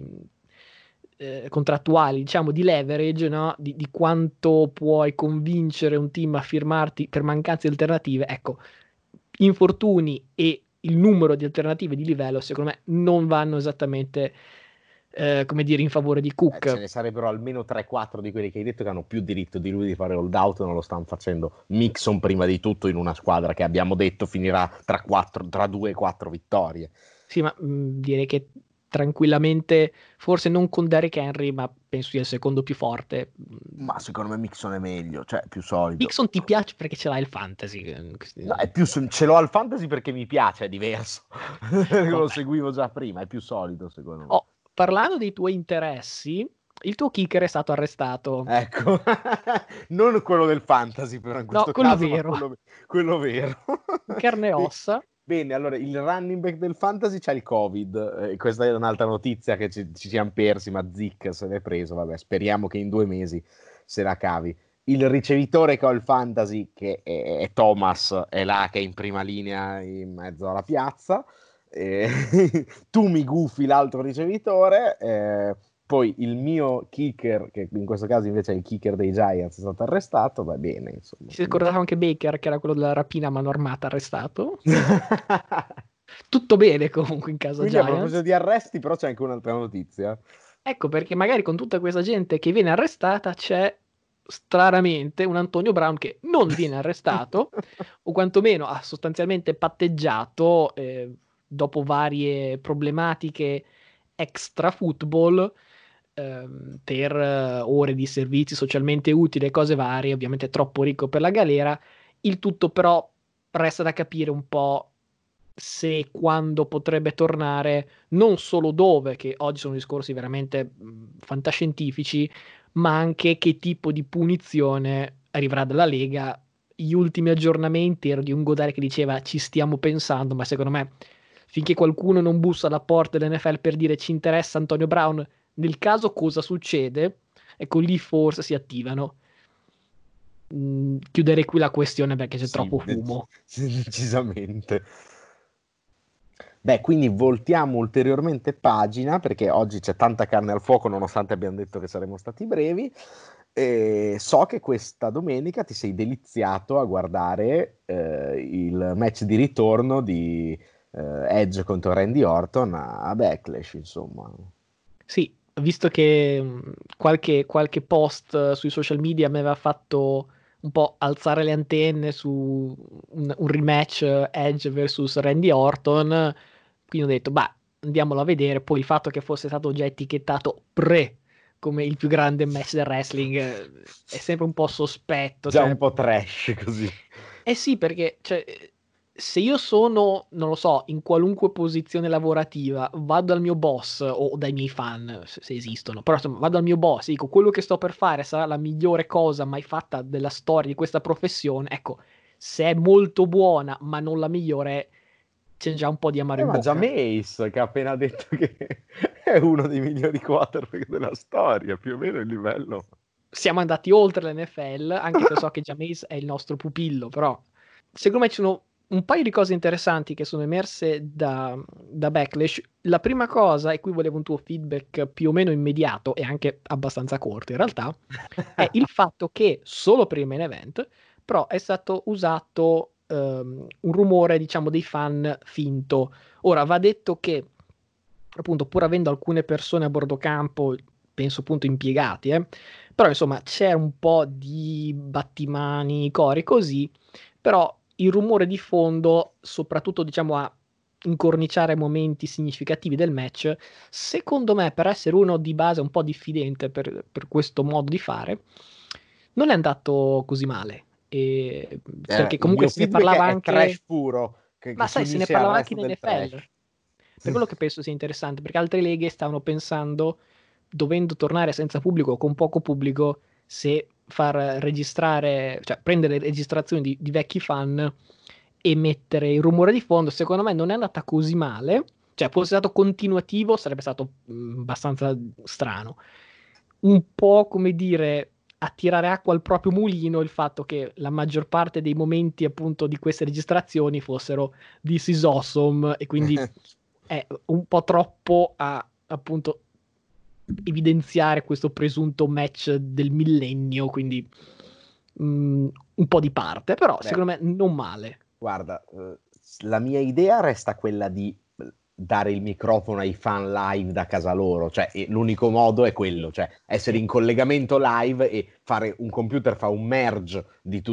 contrattuali, diciamo di leverage, no? Di quanto puoi convincere un team a firmarti per mancanza di alternative, ecco, infortuni e il numero di alternative di livello, secondo me, non vanno esattamente, come dire, in favore di Ce Cook. ne sarebbero almeno 3-4 di quelli che hai detto che hanno più diritto di lui di fare hold out, non lo stanno facendo. Mixon prima di tutto in una squadra che abbiamo detto finirà tra 2 e 4 vittorie. Sì, ma direi che tranquillamente, forse non con Derrick Henry, ma penso sia il secondo più forte. Ma secondo me Mixon è meglio, cioè più solido. Mixon ti piace perché ce l'ha il fantasy. No, ce l'ho al fantasy perché mi piace, è diverso. Lo Vabbè. seguivo già prima, è più solido secondo me. Oh, parlando dei tuoi interessi, il tuo kicker è stato arrestato. Ecco, non quello del fantasy però in No, questo quello caso, ma vero, quello vero. in carne e ossa. Bene, allora il running back del fantasy c'ha il Covid, questa è un'altra notizia che ci siamo persi, ma Zic se l'è preso, vabbè, speriamo che in 2 mesi se la cavi. il ricevitore che ho il fantasy, che è Thomas, è là che è in prima linea in mezzo alla piazza, e tu mi gufi l'altro ricevitore, poi il mio kicker, che in questo caso invece è il kicker dei Giants, è stato arrestato, va bene, insomma. Si ricordava anche Baker, che era quello della rapina a mano armata arrestato. Tutto bene comunque in casa Quindi a proposito Giants. di arresti, però c'è anche un'altra notizia. Ecco perché magari con tutta questa gente che viene arrestata c'è stranamente un Antonio Brown che non viene arrestato o quantomeno ha sostanzialmente patteggiato dopo varie problematiche extra football per ore di servizi socialmente utili e cose varie, ovviamente troppo ricco per la galera. Il tutto però resta da capire un po' se e quando potrebbe tornare, non solo dove, che oggi sono discorsi veramente fantascientifici, ma anche che tipo di punizione arriverà dalla Lega. Gli ultimi aggiornamenti erano di un Godare che diceva ci stiamo pensando, ma secondo me finché qualcuno non bussa alla porta dell'NFL per dire ci interessa Antonio Brown, nel caso cosa succede? Ecco lì forse si attivano. Chiuderei qui la questione perché c'è Sì, troppo fumo. decisamente. Beh, quindi voltiamo ulteriormente pagina perché oggi c'è tanta carne al fuoco, nonostante abbiamo detto che saremmo stati brevi. E so che questa domenica ti sei deliziato a guardare il match di ritorno di Edge contro Randy Orton a Backlash, insomma. Sì, visto che qualche post sui social media mi aveva fatto un po' alzare le antenne su un rematch Edge vs Randy Orton, quindi ho detto, bah, andiamolo a vedere. Poi il fatto che fosse stato già etichettato pre come il più grande match del wrestling è sempre un po' sospetto. Già un Cioè, po' trash così. eh sì, perché cioè, se io sono, non lo so, in qualunque posizione lavorativa, vado dal mio boss o dai miei fan, se esistono, però insomma, vado dal mio boss e dico quello che sto per fare sarà la migliore cosa mai fatta della storia di questa professione. Ecco, se è molto buona, ma non la migliore, c'è già un po' di amaro in Ma già bocca. Mace che ha appena detto che è uno dei migliori quarterback della storia, più o meno il livello. Siamo andati oltre l'NFL, anche se so che Jameis è il nostro pupillo, però secondo me ci sono un paio di cose interessanti che sono emerse da Backlash. La prima cosa, e qui volevo un tuo feedback più o meno immediato e anche abbastanza corto in realtà, è il fatto che solo per il main event, però è stato usato un rumore, diciamo, dei fan finto. Ora, va detto che, appunto, pur avendo alcune persone a bordo campo, penso appunto impiegati, però insomma c'è un po' di battimani, cori così, però il rumore di fondo, soprattutto diciamo a incorniciare momenti significativi del match, secondo me per essere uno di base un po' diffidente per questo modo di fare, non è andato così male. Perché Il comunque mio se ne feedback parlava è trash anche, puro, che ma si sai, se ne unisce al parlava anche resto in del NFL. trash. Per quello che penso sia interessante, perché altre leghe stavano pensando, dovendo tornare senza pubblico o con poco pubblico, se far registrare, cioè prendere registrazioni di vecchi fan e mettere il rumore di fondo. Secondo me non è andata così male. Cioè, fosse stato continuativo, sarebbe stato abbastanza strano. Un po' come dire, attirare acqua al proprio mulino il fatto che la maggior parte dei momenti appunto di queste registrazioni fossero This is awesome e quindi è un po' troppo a appunto evidenziare questo presunto match del millennio, quindi un po' di parte, però Beh, secondo me non male. guarda, la mia idea resta quella di dare il microfono ai fan live da casa loro, cioè l'unico modo è quello, cioè essere Sì. in collegamento live e fare un computer fa un merge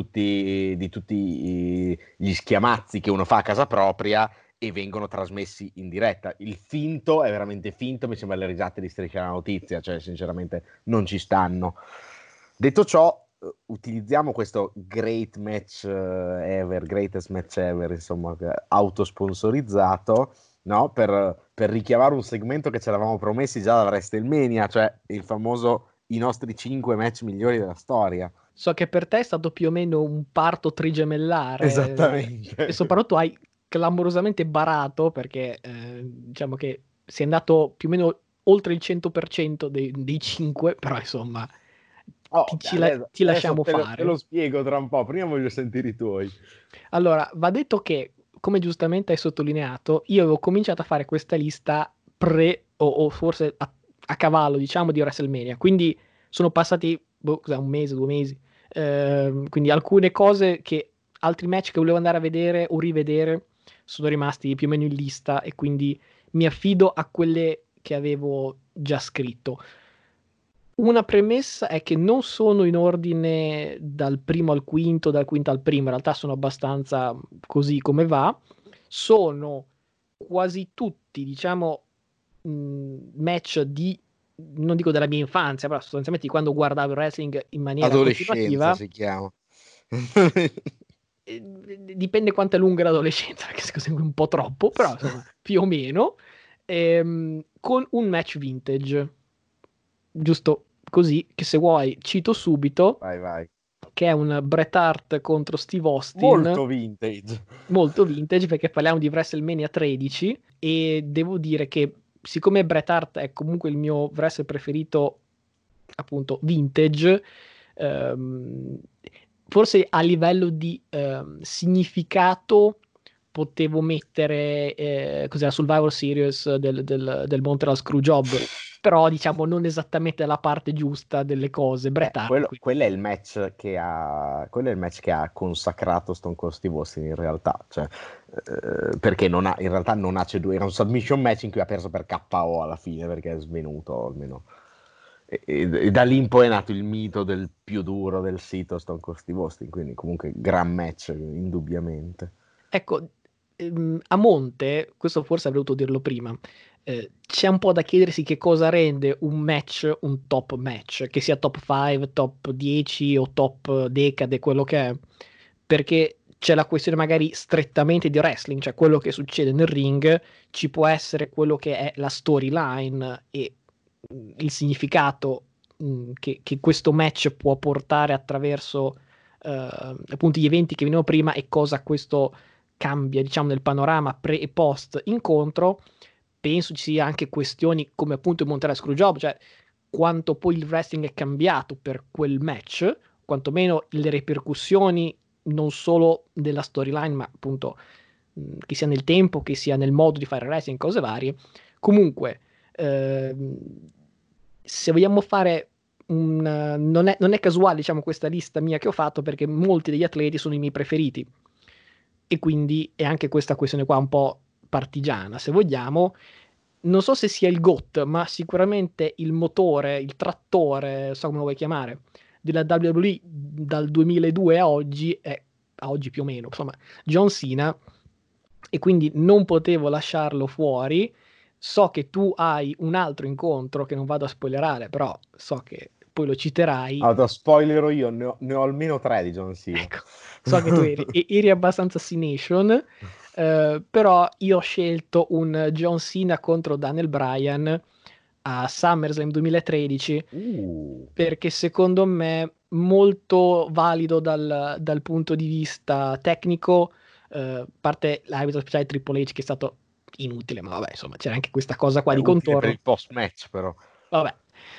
di tutti gli schiamazzi che uno fa a casa propria e vengono trasmessi in diretta. Il finto è veramente finto, mi sembra le risate di Striscia la Notizia, cioè sinceramente non ci stanno. Detto ciò, utilizziamo questo greatest match ever, insomma, autosponsorizzato, no? Per richiamare un segmento che ci eravamo promessi già da WrestleMania, cioè il famoso i nostri 5 match migliori della storia. So che per te è stato più o meno un parto trigemellare e Esattamente. soprattutto hai clamorosamente barato perché diciamo che sei andato più o meno oltre il 100% dei 5, però insomma Oh, ti adesso lasciamo te fare. lo spiego tra un po', prima voglio sentire i tuoi. Allora, va detto che, come giustamente hai sottolineato, io avevo cominciato a fare questa lista o forse a cavallo, diciamo, di WrestleMania. Quindi sono passati, un mese, 2 mesi. Quindi alcune cose altri match che volevo andare a vedere o rivedere sono rimasti più o meno in lista e quindi mi affido a quelle che avevo già scritto. Una premessa è che non sono in ordine dal primo al quinto, dal quinto al primo, in realtà sono abbastanza così come va. Sono quasi tutti, diciamo, match non dico della mia infanzia, però sostanzialmente di quando guardavo il wrestling in maniera Adolescenza continuativa. si chiama. Dipende quanto è lunga l'adolescenza, perché secondo me è un po' troppo, però insomma, più o meno, con un match vintage, giusto così, che se vuoi cito subito, Vai, vai. che è un Bret Hart contro Steve Austin, Molto vintage. molto vintage, perché parliamo di WrestleMania 13, e devo dire che siccome Bret Hart è comunque il mio wrestler preferito, appunto, vintage, ehm, forse a livello di significato potevo mettere cos'era Survivor Series del Montreal Screwjob, però diciamo non esattamente la parte giusta delle cose. Bret Hart, Quello è il match quello è il match che ha consacrato Stone Cold Steve Austin in realtà, cioè, perché in realtà non ha ceduto, era un submission match in cui ha perso per KO alla fine perché è svenuto almeno. E da lì in poi è nato il mito del più duro del sito Stone Cold Steve Austin, quindi comunque gran match indubbiamente. ecco, a monte, questo forse avrei dovuto dirlo prima, c'è un po' da chiedersi che cosa rende un match un top match, che sia top 5, top 10 o top decade, quello che è, perché c'è la questione magari strettamente di wrestling, cioè quello che succede nel ring, ci può essere quello che è la storyline e il significato che questo match può portare attraverso appunto gli eventi che venivano prima e cosa questo cambia, diciamo, nel panorama pre e post incontro. Penso ci sia anche questioni come appunto il Montreal Screwjob, cioè quanto poi il wrestling è cambiato per quel match, quantomeno le ripercussioni non solo della storyline, ma appunto che sia nel tempo, che sia nel modo di fare wrestling, cose varie. Comunque, ehm, se vogliamo fare non è casuale, diciamo, questa lista mia che ho fatto perché molti degli atleti sono i miei preferiti e quindi è anche questa questione qua un po' partigiana, se vogliamo. Non so se sia il GOAT, ma sicuramente il motore, il trattore, so come lo vuoi chiamare, della WWE dal 2002 a oggi più o meno, insomma, John Cena, e quindi non potevo lasciarlo fuori. So che tu hai un altro incontro che non vado a spoilerare, però so che poi lo citerai. Allora, spoilerò io, ne ho almeno 3 di John Cena. Ecco, so che tu eri abbastanza C-Nation, però io ho scelto un John Cena contro Daniel Bryan a SummerSlam 2013 Uh. perché secondo me molto valido dal punto di vista tecnico, a parte l'arbitro speciale Triple H che è stato inutile, ma vabbè, insomma, c'era anche questa cosa qua È di utile per contorno. il post-match, però. Vabbè,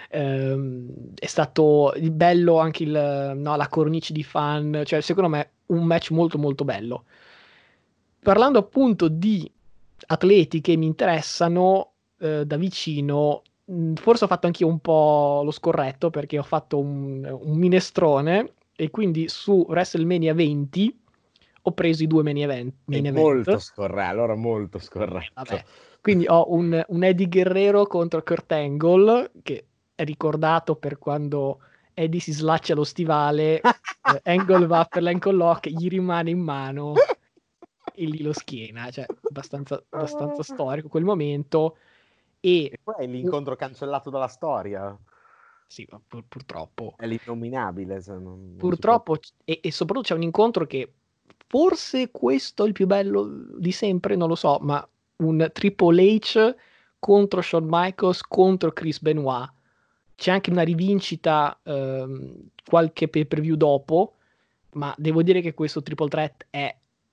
è stato bello anche no, la cornice di fan, cioè secondo me un match molto molto bello. Parlando appunto di atleti che mi interessano da vicino, forse ho fatto anch'io un po' lo scorretto perché ho fatto un minestrone e quindi su WrestleMania 20 ho preso i due È main molto event. scorretto, allora molto Vabbè. scorretto. Quindi ho un Eddie Guerrero contro Kurt Angle, che è ricordato per quando Eddie si slaccia lo stivale, Angle va per l'ankle lock, gli rimane in mano e lì lo schiena, cioè abbastanza storico quel momento. E E poi è l'incontro cancellato dalla storia. sì, ma purtroppo. È l'innominabile, se non si può. Purtroppo, e soprattutto c'è un incontro che forse questo è il più bello di sempre, non lo so, ma un Triple H contro Shawn Michaels contro Chris Benoit. C'è anche una rivincita qualche pay-per-view dopo, ma devo dire che questo triple threat è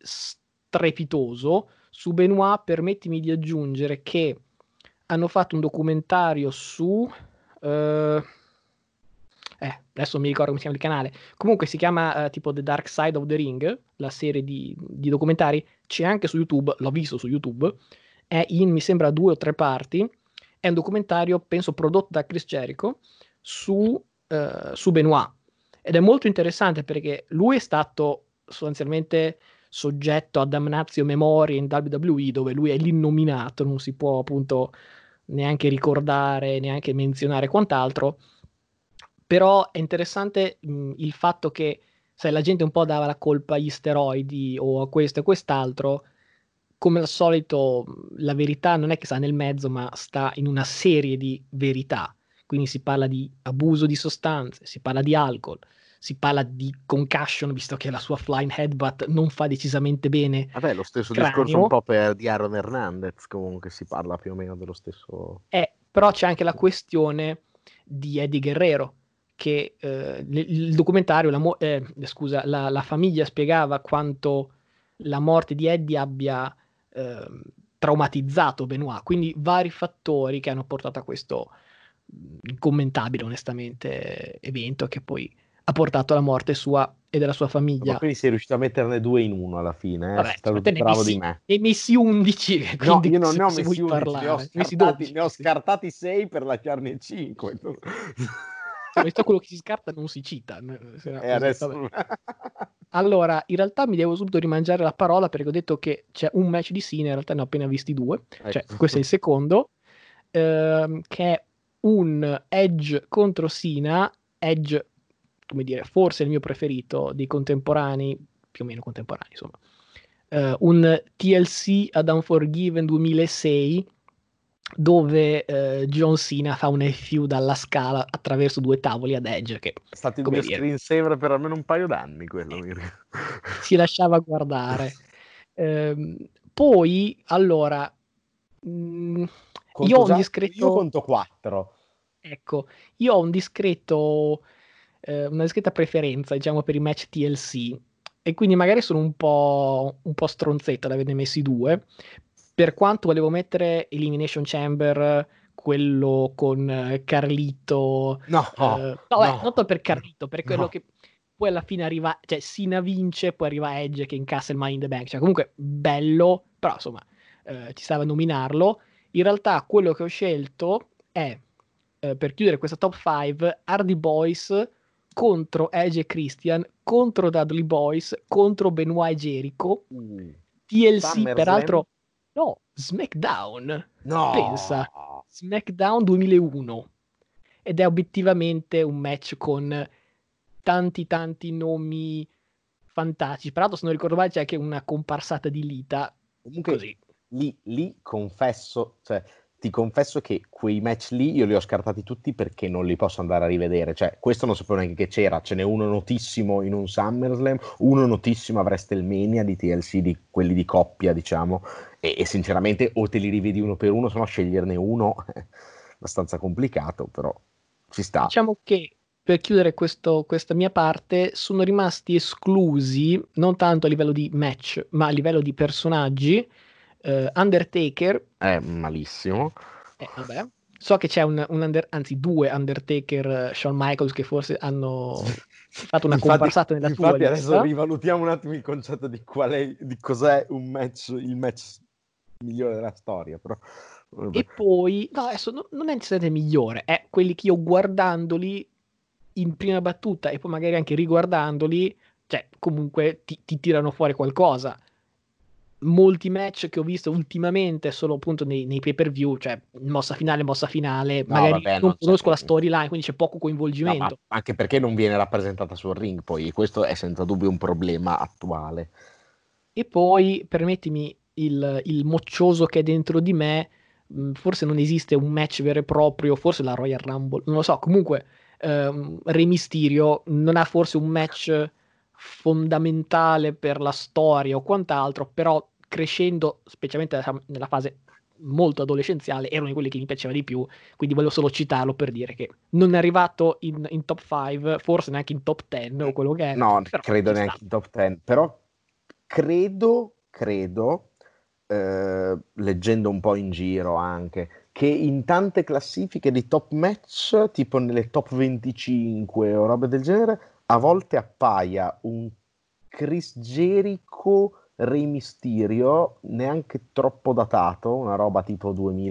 strepitoso. Su Benoit, permettimi di aggiungere che hanno fatto un documentario su... eh, adesso mi ricordo come si chiama il canale. Comunque si chiama tipo The Dark Side of the Ring, la serie di documentari. C'è anche su YouTube, l'ho visto su YouTube. È in, mi sembra, 2 o 3 parti. È un documentario, penso, prodotto da Chris Jericho su Benoit. Ed è molto interessante perché lui è stato sostanzialmente soggetto a damnatio memoria in WWE, dove lui è l'innominato, non si può appunto neanche ricordare, neanche menzionare quant'altro. Però è interessante il fatto che, sai, la gente un po' dava la colpa agli steroidi o a questo e quest'altro. Come al solito, la verità non è che sta nel mezzo, ma sta in una serie di verità. Quindi si parla di abuso di sostanze, si parla di alcol, si parla di concussion, visto che la sua flying headbutt non fa decisamente bene Vabbè, lo il stesso discorso un cranio. po' di Aaron Hernandez, comunque si parla più o meno dello stesso. Però c'è anche la questione di Eddie Guerrero, che il documentario, scusa, la famiglia spiegava quanto la morte di Eddie abbia ehm, traumatizzato Benoit, quindi vari fattori che hanno portato a questo incommentabile, onestamente, evento che poi ha portato alla morte sua e della sua Ma famiglia. quindi sei riuscito a metterne due in uno alla fine, Vabbè, sei cioè, stato te più bravo di me. ne hai messi 11, No, quindi io non ne ho se vuoi messi 11, parlare, ne hai messi 12. ne ho scartati 6 per lasciarne 5. Sì, ma visto quello che si scarta non si cita, se era E così, vabbè. adesso. Allora, in realtà mi devo subito rimangiare la parola perché ho detto che c'è un match di Cena, in realtà ne ho appena visti 2, cioè questo è il Ecco. secondo, che è un Edge contro Cena, Edge, come dire, forse il mio preferito dei contemporanei, più o meno contemporanei, insomma. Un TLC ad Unforgiven 2006 dove John Cena fa un FU dalla scala attraverso 2 tavoli ad Edge che, È stato il come mio dire, screensaver per almeno un paio d'anni quello, eh, mi ricordo. si lasciava guardare. Ehm, Poi, allora, mh, io Conto ho un già, io discreto, conto 4. ecco, io ho un discreto, una discreta preferenza, diciamo, per i match TLC e quindi magari sono un po' stronzetto ad averne messi 2, per quanto volevo mettere Elimination Chamber, quello con Carlito, No, no, no, non tanto per Carlito, per quello no. che poi alla fine arriva, cioè Cena vince, poi arriva Edge che incassa il Money in the Bank, cioè comunque bello, però insomma ci stava a nominarlo. In realtà quello che ho scelto è, per chiudere questa top 5, Hardy Boys contro Edge e Christian, contro Dudley Boys, contro Benoit e Jericho, Uh, TLC SummerSlam? peraltro, no, SmackDown, pensa, No. SmackDown 2001, ed è obiettivamente un match con tanti tanti nomi fantastici, peraltro se non ricordo male c'è anche una comparsata di Lita, Comunque, così. lì confesso, cioè, ti confesso che quei match lì io li ho scartati tutti perché non li posso andare a rivedere. Cioè, questo non sapevo neanche che c'era. Ce n'è uno notissimo in un SummerSlam, uno notissimo a WrestleMania di TLC, di quelli di coppia, diciamo. E sinceramente, o te li rivedi uno per uno, se no sceglierne uno è abbastanza complicato, però ci sta. Diciamo che per chiudere questa mia parte sono rimasti esclusi, non tanto a livello di match, ma a livello di personaggi, Undertaker, Malissimo. vabbè, so che c'è anzi due Undertaker, Shawn Michaels, che forse hanno fatto una Infatti, comparsata nella tua infatti adesso lista. rivalutiamo un attimo il concetto di di cos'è un match, il match migliore della storia, però vabbè. E poi, no, adesso non è necessariamente migliore, è quelli che io guardandoli in prima battuta e poi magari anche riguardandoli, cioè comunque ti tirano fuori qualcosa. Molti match che ho visto ultimamente solo appunto nei pay-per-view, cioè mossa finale, No, magari vabbè, non non c'è. conosco la storyline, quindi c'è poco No, ma coinvolgimento. anche perché non viene rappresentata sul ring, poi e questo è senza dubbio un problema attuale. E poi, permettimi, il moccioso che è dentro di me, forse non esiste un match vero e proprio, forse la Royal Rumble, non lo so, comunque Re Mysterio non ha forse un match fondamentale per la storia o quant'altro, però crescendo, specialmente nella fase molto adolescenziale, era uno di quelli che mi piaceva di più, quindi volevo solo citarlo per dire che non è arrivato in top 5, forse neanche in top 10 o quello che è, No, però credo ci sta. neanche in top 10, però credo leggendo un po' in giro anche, che in tante classifiche di top match, tipo nelle top 25 o robe del genere, a volte appaia un Chris Jericho Re Mysterio neanche troppo datato, una roba tipo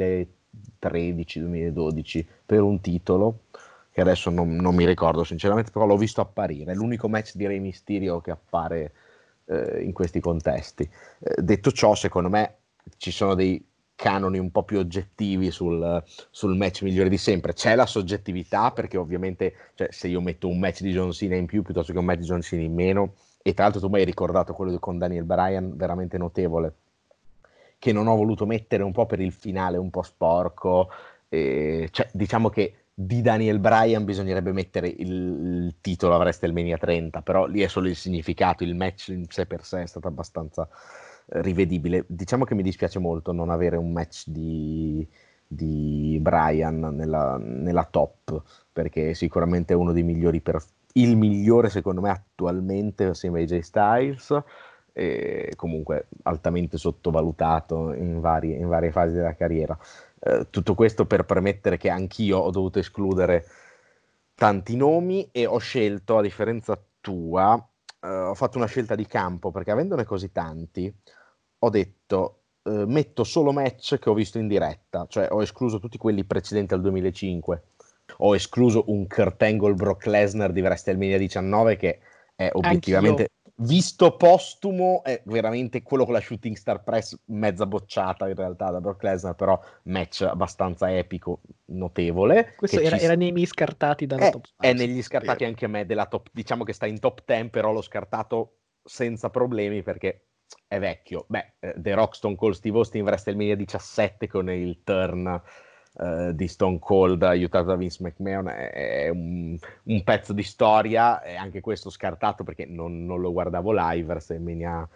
2013-2012 per un titolo che adesso non mi ricordo sinceramente, però l'ho visto apparire, è l'unico match di Re Mysterio che appare in questi contesti. Detto ciò, secondo me ci sono dei canoni un po' più oggettivi sul match migliore di sempre. C'è la soggettività, perché ovviamente, cioè, se io metto un match di John Cena in più piuttosto che un match di John Cena in meno, e tra l'altro tu mi hai ricordato quello con Daniel Bryan, veramente notevole, che non ho voluto mettere un po' per il finale un po' sporco. Cioè, diciamo che di Daniel Bryan bisognerebbe mettere il titolo a WrestleMania 30, però lì è solo il significato, il match in sé per sé è stato abbastanza rivedibile. Diciamo che mi dispiace molto non avere un match di Bryan nella top, perché è sicuramente uno dei migliori, il migliore secondo me attualmente assieme a AJ Styles, e comunque altamente sottovalutato in varie fasi della carriera. Tutto questo per permettere che anch'io ho dovuto escludere tanti nomi e ho scelto, a differenza tua, ho fatto una scelta di campo perché avendone così tanti, ho detto metto solo match che ho visto in diretta, cioè ho escluso tutti quelli precedenti al 2005. Ho escluso un Kurt Angle Brock Lesnar di WrestleMania 19 che è Anch'io. obiettivamente visto postumo, è veramente quello con la Shooting Star Press mezza bocciata in realtà da Brock Lesnar, però match abbastanza epico, notevole, Questo che era nei miei scartati dalla top è 5, sì, negli scartati vero. anche a me della top, diciamo che sta in top 10, però l'ho scartato senza problemi perché è vecchio. Beh, The Rock Stone Cold Steve Austin in WrestleMania 17 con il turn di Stone Cold aiutato da Vince McMahon è un pezzo di storia, e anche questo scartato perché non lo guardavo live, WrestleMania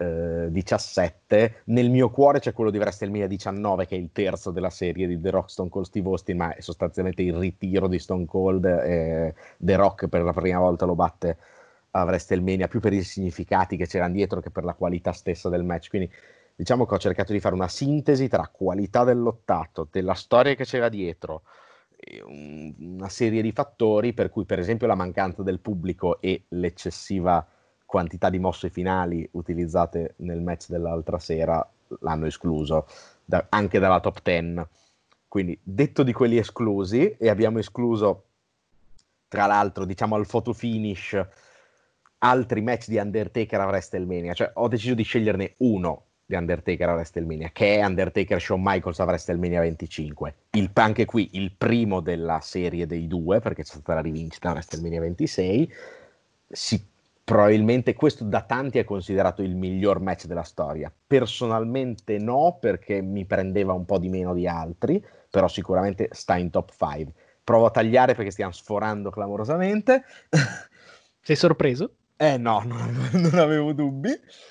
17. Nel mio cuore c'è quello di WrestleMania 19 che è il terzo della serie di The Rock Stone Cold Steve Austin, ma è sostanzialmente il ritiro di Stone Cold, The Rock per la prima volta lo batte a WrestleMania più per i significati che c'erano dietro che per la qualità stessa del match. Quindi diciamo che ho cercato di fare una sintesi tra qualità del lottato, della storia che c'era dietro, una serie di fattori per cui per esempio la mancanza del pubblico e l'eccessiva quantità di mosse finali utilizzate nel match dell'altra sera l'hanno escluso anche dalla top 10. Quindi detto di quelli esclusi, e abbiamo escluso tra l'altro diciamo al photo finish altri match di Undertaker a WrestleMania, cioè ho deciso di sceglierne uno di Undertaker a WrestleMania, che è Undertaker Shawn Michaels a WrestleMania 25. Anche qui il primo della serie dei due, perché c'è stata la rivincita a WrestleMania 26. Probabilmente questo da tanti è considerato il miglior match della storia. Personalmente no, perché mi prendeva un po' di meno di altri, però sicuramente sta in top 5. Provo a tagliare perché stiamo sforando clamorosamente. Sei sorpreso? No, non avevo dubbi.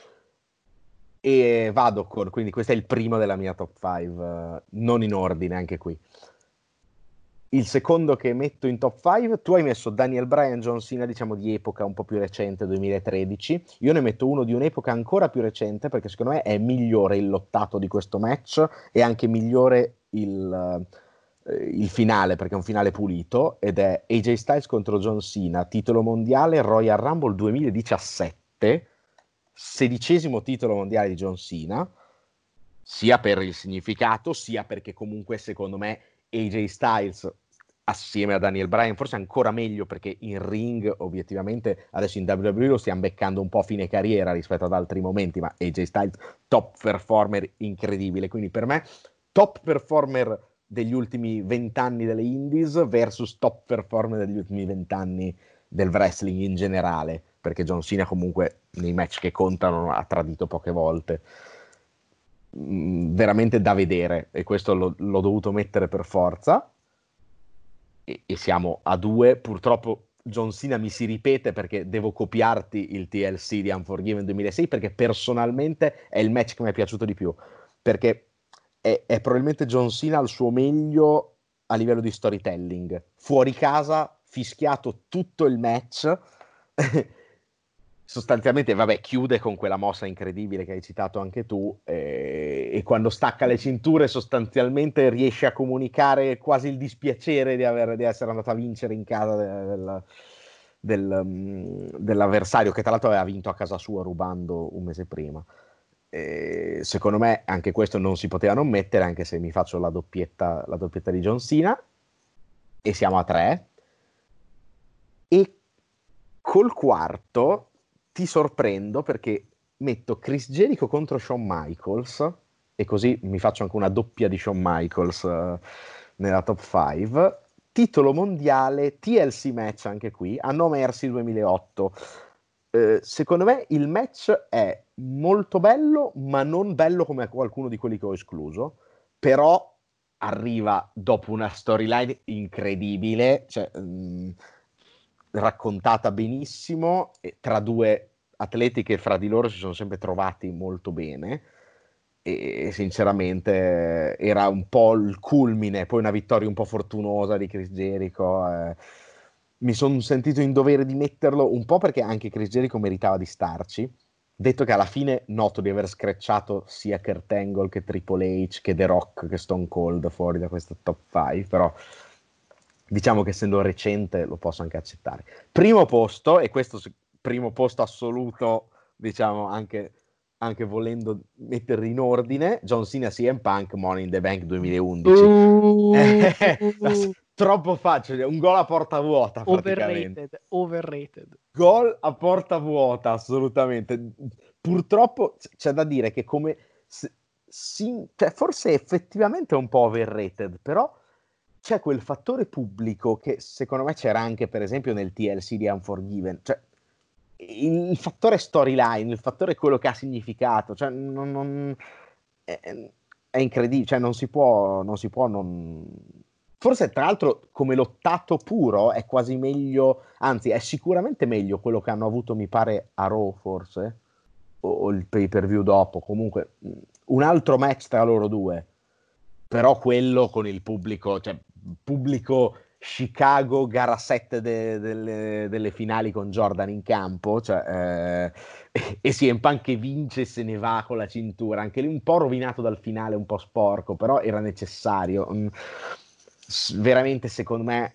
E vado quindi questo è il primo della mia top 5, non in ordine anche qui. Il secondo che metto in top 5, tu hai messo Daniel Bryan, John Cena, diciamo di epoca un po' più recente, 2013. Io ne metto uno di un'epoca ancora più recente perché secondo me è migliore il lottato di questo match e anche migliore il finale perché è un finale pulito ed è AJ Styles contro John Cena, titolo mondiale Royal Rumble 2017, sedicesimo titolo mondiale di John Cena, sia per il significato sia perché comunque secondo me AJ Styles assieme a Daniel Bryan forse ancora meglio perché in ring obiettivamente adesso in WWE lo stiamo beccando un po' a fine carriera rispetto ad altri momenti, ma AJ Styles top performer incredibile, quindi per me top performer degli ultimi 20 anni delle indies versus top performer degli ultimi 20 anni del wrestling in generale, perché John Cena comunque nei match che contano ha tradito poche volte. Veramente da vedere, e questo l'ho dovuto mettere per forza. E siamo a due. Purtroppo John Cena mi si ripete perché devo copiarti il TLC di Unforgiven 2006 perché personalmente è il match che mi è piaciuto di più, perché è probabilmente John Cena al suo meglio a livello di storytelling. Fuori casa, fischiato tutto il match, sostanzialmente, vabbè, chiude con quella mossa incredibile che hai citato anche tu, e quando stacca le cinture sostanzialmente riesce a comunicare quasi il dispiacere di essere andato a vincere in casa dell'avversario, che tra l'altro aveva vinto a casa sua rubando un mese prima. Secondo me anche questo non si poteva non mettere, anche se mi faccio la doppietta di John Cena, e siamo a 3. E col quarto ti sorprendo perché metto Chris Jericho contro Shawn Michaels, e così mi faccio anche una doppia di Shawn Michaels nella top 5. Titolo mondiale, TLC match anche qui, a No Mercy 2008. Secondo me il match è molto bello, ma non bello come qualcuno di quelli che ho escluso, però arriva dopo una storyline incredibile, cioè, raccontata benissimo, tra due atleti che fra di loro si sono sempre trovati molto bene, e sinceramente era un po' il culmine, poi una vittoria un po' fortunosa di Chris Jericho. Mi sono sentito in dovere di metterlo un po' perché anche Chris Jericho meritava di starci. Detto che alla fine noto di aver screcciato sia Kurt Angle che Triple H che The Rock che Stone Cold fuori da questa top 5, però diciamo che essendo recente lo posso anche accettare. Primo posto, e questo primo posto assoluto, diciamo anche volendo metterli in ordine, John Cena CM Punk Money in the Bank 2011. Troppo facile, un gol a porta vuota praticamente. Overrated. Gol a porta vuota, assolutamente. Purtroppo c'è da dire che come cioè, forse effettivamente è un po' overrated, però c'è quel fattore pubblico che secondo me c'era anche per esempio nel TLC di Unforgiven, cioè il fattore storyline, il fattore quello che ha significato, cioè è incredibile, cioè non si può non... Forse tra l'altro come lottato puro è quasi meglio, anzi è sicuramente meglio quello che hanno avuto mi pare a Raw forse, o il pay per view dopo, comunque un altro match tra loro due, però quello con il pubblico, cioè pubblico Chicago, gara 7 delle finali con Jordan in campo, cioè, e CM Punk che vince e se ne va con la cintura, anche lì un po' rovinato dal finale, un po' sporco, però era necessario. Veramente secondo me,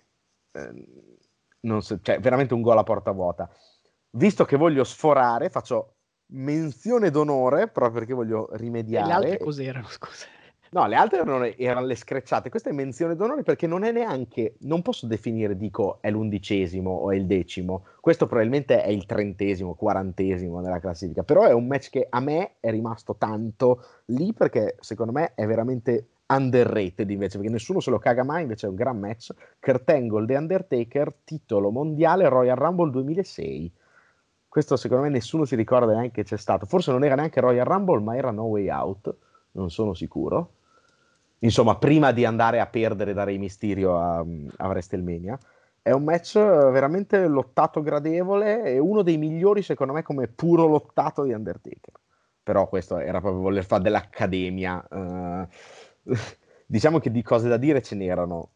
non so, cioè, veramente un gol a porta vuota. Visto che voglio sforare, faccio menzione d'onore, proprio perché voglio E le altre rimediare. cos'erano, scusa? No, le altre erano le screcciate. Questa è menzione d'onore perché non è neanche, non posso definire, dico, è l'11° o è il 10°. Questo probabilmente è il 30°, 40° nella classifica. Però è un match che a me è rimasto tanto lì perché secondo me è veramente underrated invece, perché nessuno se lo caga mai, invece è un gran match. Kurt Angle, The Undertaker, titolo mondiale Royal Rumble 2006. Questo secondo me nessuno si ricorda neanche che c'è stato. Forse non era neanche Royal Rumble, ma era No Way Out, non sono sicuro. Insomma, prima di andare a perdere da Rey Mysterio a WrestleMania. È un match veramente lottato gradevole e uno dei migliori secondo me come puro lottato di Undertaker. Però questo era proprio voler fare dell'accademia. Diciamo che di cose da dire ce n'erano.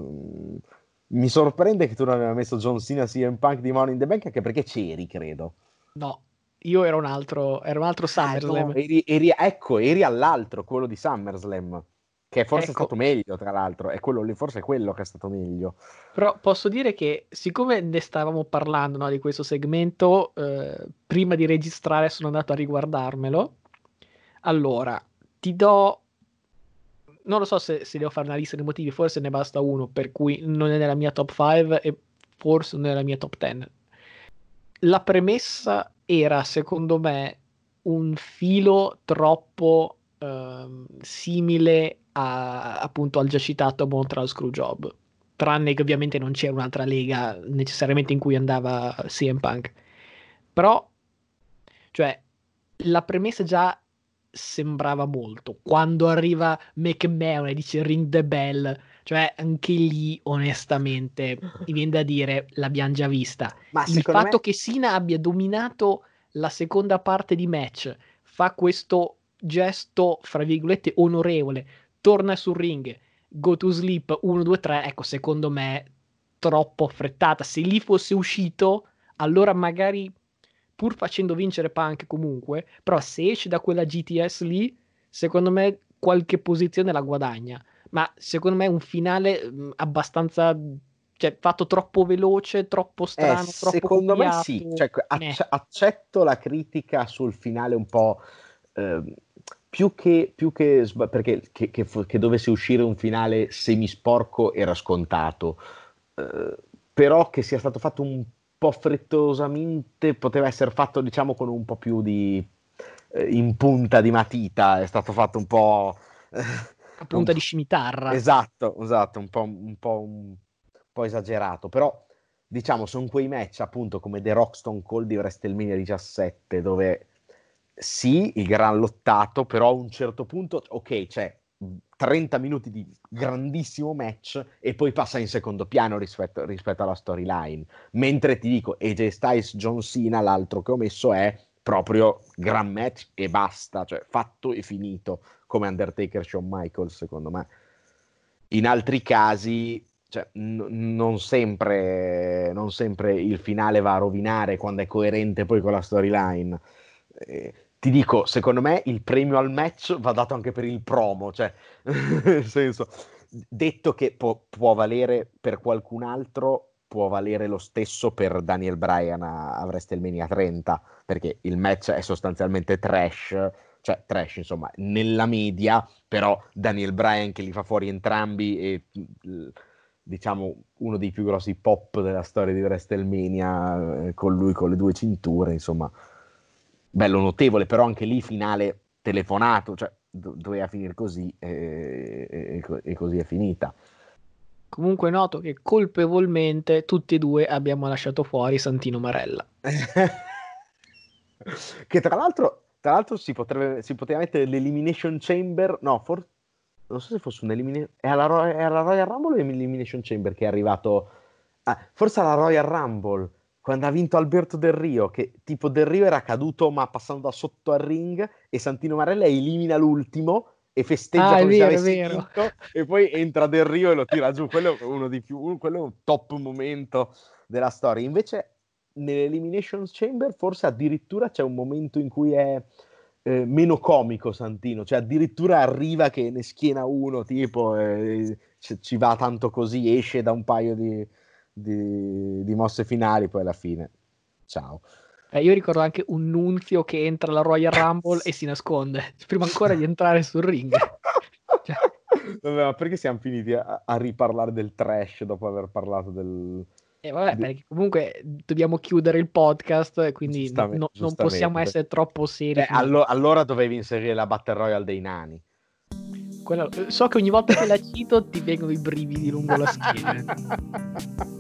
Mi sorprende che tu non aveva messo John Cena CM Punk di Money in the Bank, anche perché c'eri, credo. No, io ero un altro Ah, no, SummerSlam. eri all'altro, quello di SummerSlam, che forse è Ecco, stato meglio, tra l'altro, è quello lì, forse è quello che è stato meglio. però posso dire che siccome ne stavamo parlando, no, di questo segmento, prima di registrare sono andato a riguardarmelo. Allora, ti do... Non lo so se devo fare una lista di motivi, forse ne basta uno, per cui non è nella mia top 5 e forse non è nella mia top 10. La premessa era, secondo me, un filo troppo simile appunto al già citato Montreal Screwjob, tranne che ovviamente non c'era un'altra lega necessariamente in cui andava CM Punk. Però, cioè, la premessa già sembrava molto. Quando arriva McMahon e dice ring the bell, cioè anche lì, onestamente, mi viene da dire, l'abbiamo già vista. Ma Il secondo fatto me, che Sina abbia dominato la seconda parte di match, fa questo gesto, fra virgolette, onorevole, torna sul ring, go to sleep, 1, 2, 3, ecco, secondo me troppo affrettata. Se lì fosse uscito, allora magari pur facendo vincere Punk comunque, però se esce da quella GTS lì, secondo me qualche posizione la guadagna, ma secondo me è un finale abbastanza, cioè, fatto troppo veloce, troppo strano, troppo secondo me sì, copiato. cioè, accetto la critica sul finale un po', più che perché che dovesse uscire un finale semisporco era scontato, però che sia stato fatto un po' frettolosamente poteva essere fatto, diciamo, con un po' più di in punta di matita, è stato fatto un po'... A punta di scimitarra. Esatto, un po' esagerato, però diciamo sono quei match appunto come The Rock Stone Cold di WrestleMania 17 dove sì, il gran lottato, però a un certo punto, ok, c'è 30 minuti di grandissimo match e poi passa in secondo piano rispetto alla storyline, mentre ti dico AJ Styles, John Cena, l'altro che ho messo è proprio gran match e basta, cioè fatto e finito, come Undertaker Shawn Michaels secondo me. In altri casi, cioè, non sempre il finale va a rovinare quando è coerente poi con la storyline. Ti dico, secondo me il premio al match va dato anche per il promo, cioè, nel senso, detto che può valere per qualcun altro, può valere lo stesso per Daniel Bryan a WrestleMania 30, perché il match è sostanzialmente trash, cioè trash, insomma, nella media, però Daniel Bryan che li fa fuori entrambi e diciamo uno dei più grossi pop della storia di WrestleMania, con lui con le 2 cinture, insomma, bello notevole, però anche lì finale telefonato, cioè doveva finire così e così è finita. Comunque noto che colpevolmente tutti e due abbiamo lasciato fuori Santino Marella. Che tra l'altro si poteva mettere l'Elimination Chamber, no, non so se fosse è alla Royal Rumble o l'Elimination Chamber che è arrivato, forse alla Royal Rumble, quando ha vinto Alberto Del Rio, che tipo Del Rio era caduto ma passando da sotto al ring e Santino Marella elimina l'ultimo e festeggia Ah, è come se vero, è avesse vero. vinto e poi entra Del Rio e lo tira giù, quello è quello è un top momento della storia. Invece nell'Elimination Chamber forse addirittura c'è un momento in cui è meno comico Santino, cioè addirittura arriva che ne schiena uno tipo ci va tanto così, esce da un paio di mosse finali, poi alla fine ciao. Io ricordo anche un Nunzio che entra alla Royal Rumble e si nasconde prima ancora di entrare sul ring. Cioè, Vabbè, ma perché siamo finiti a riparlare del trash dopo aver parlato vabbè, perché comunque dobbiamo chiudere il podcast, e quindi non possiamo giustamente. essere troppo seri fino a... Allora dovevi inserire la Battle Royale dei nani. So che ogni volta che la cito ti vengono i brividi lungo la schiena.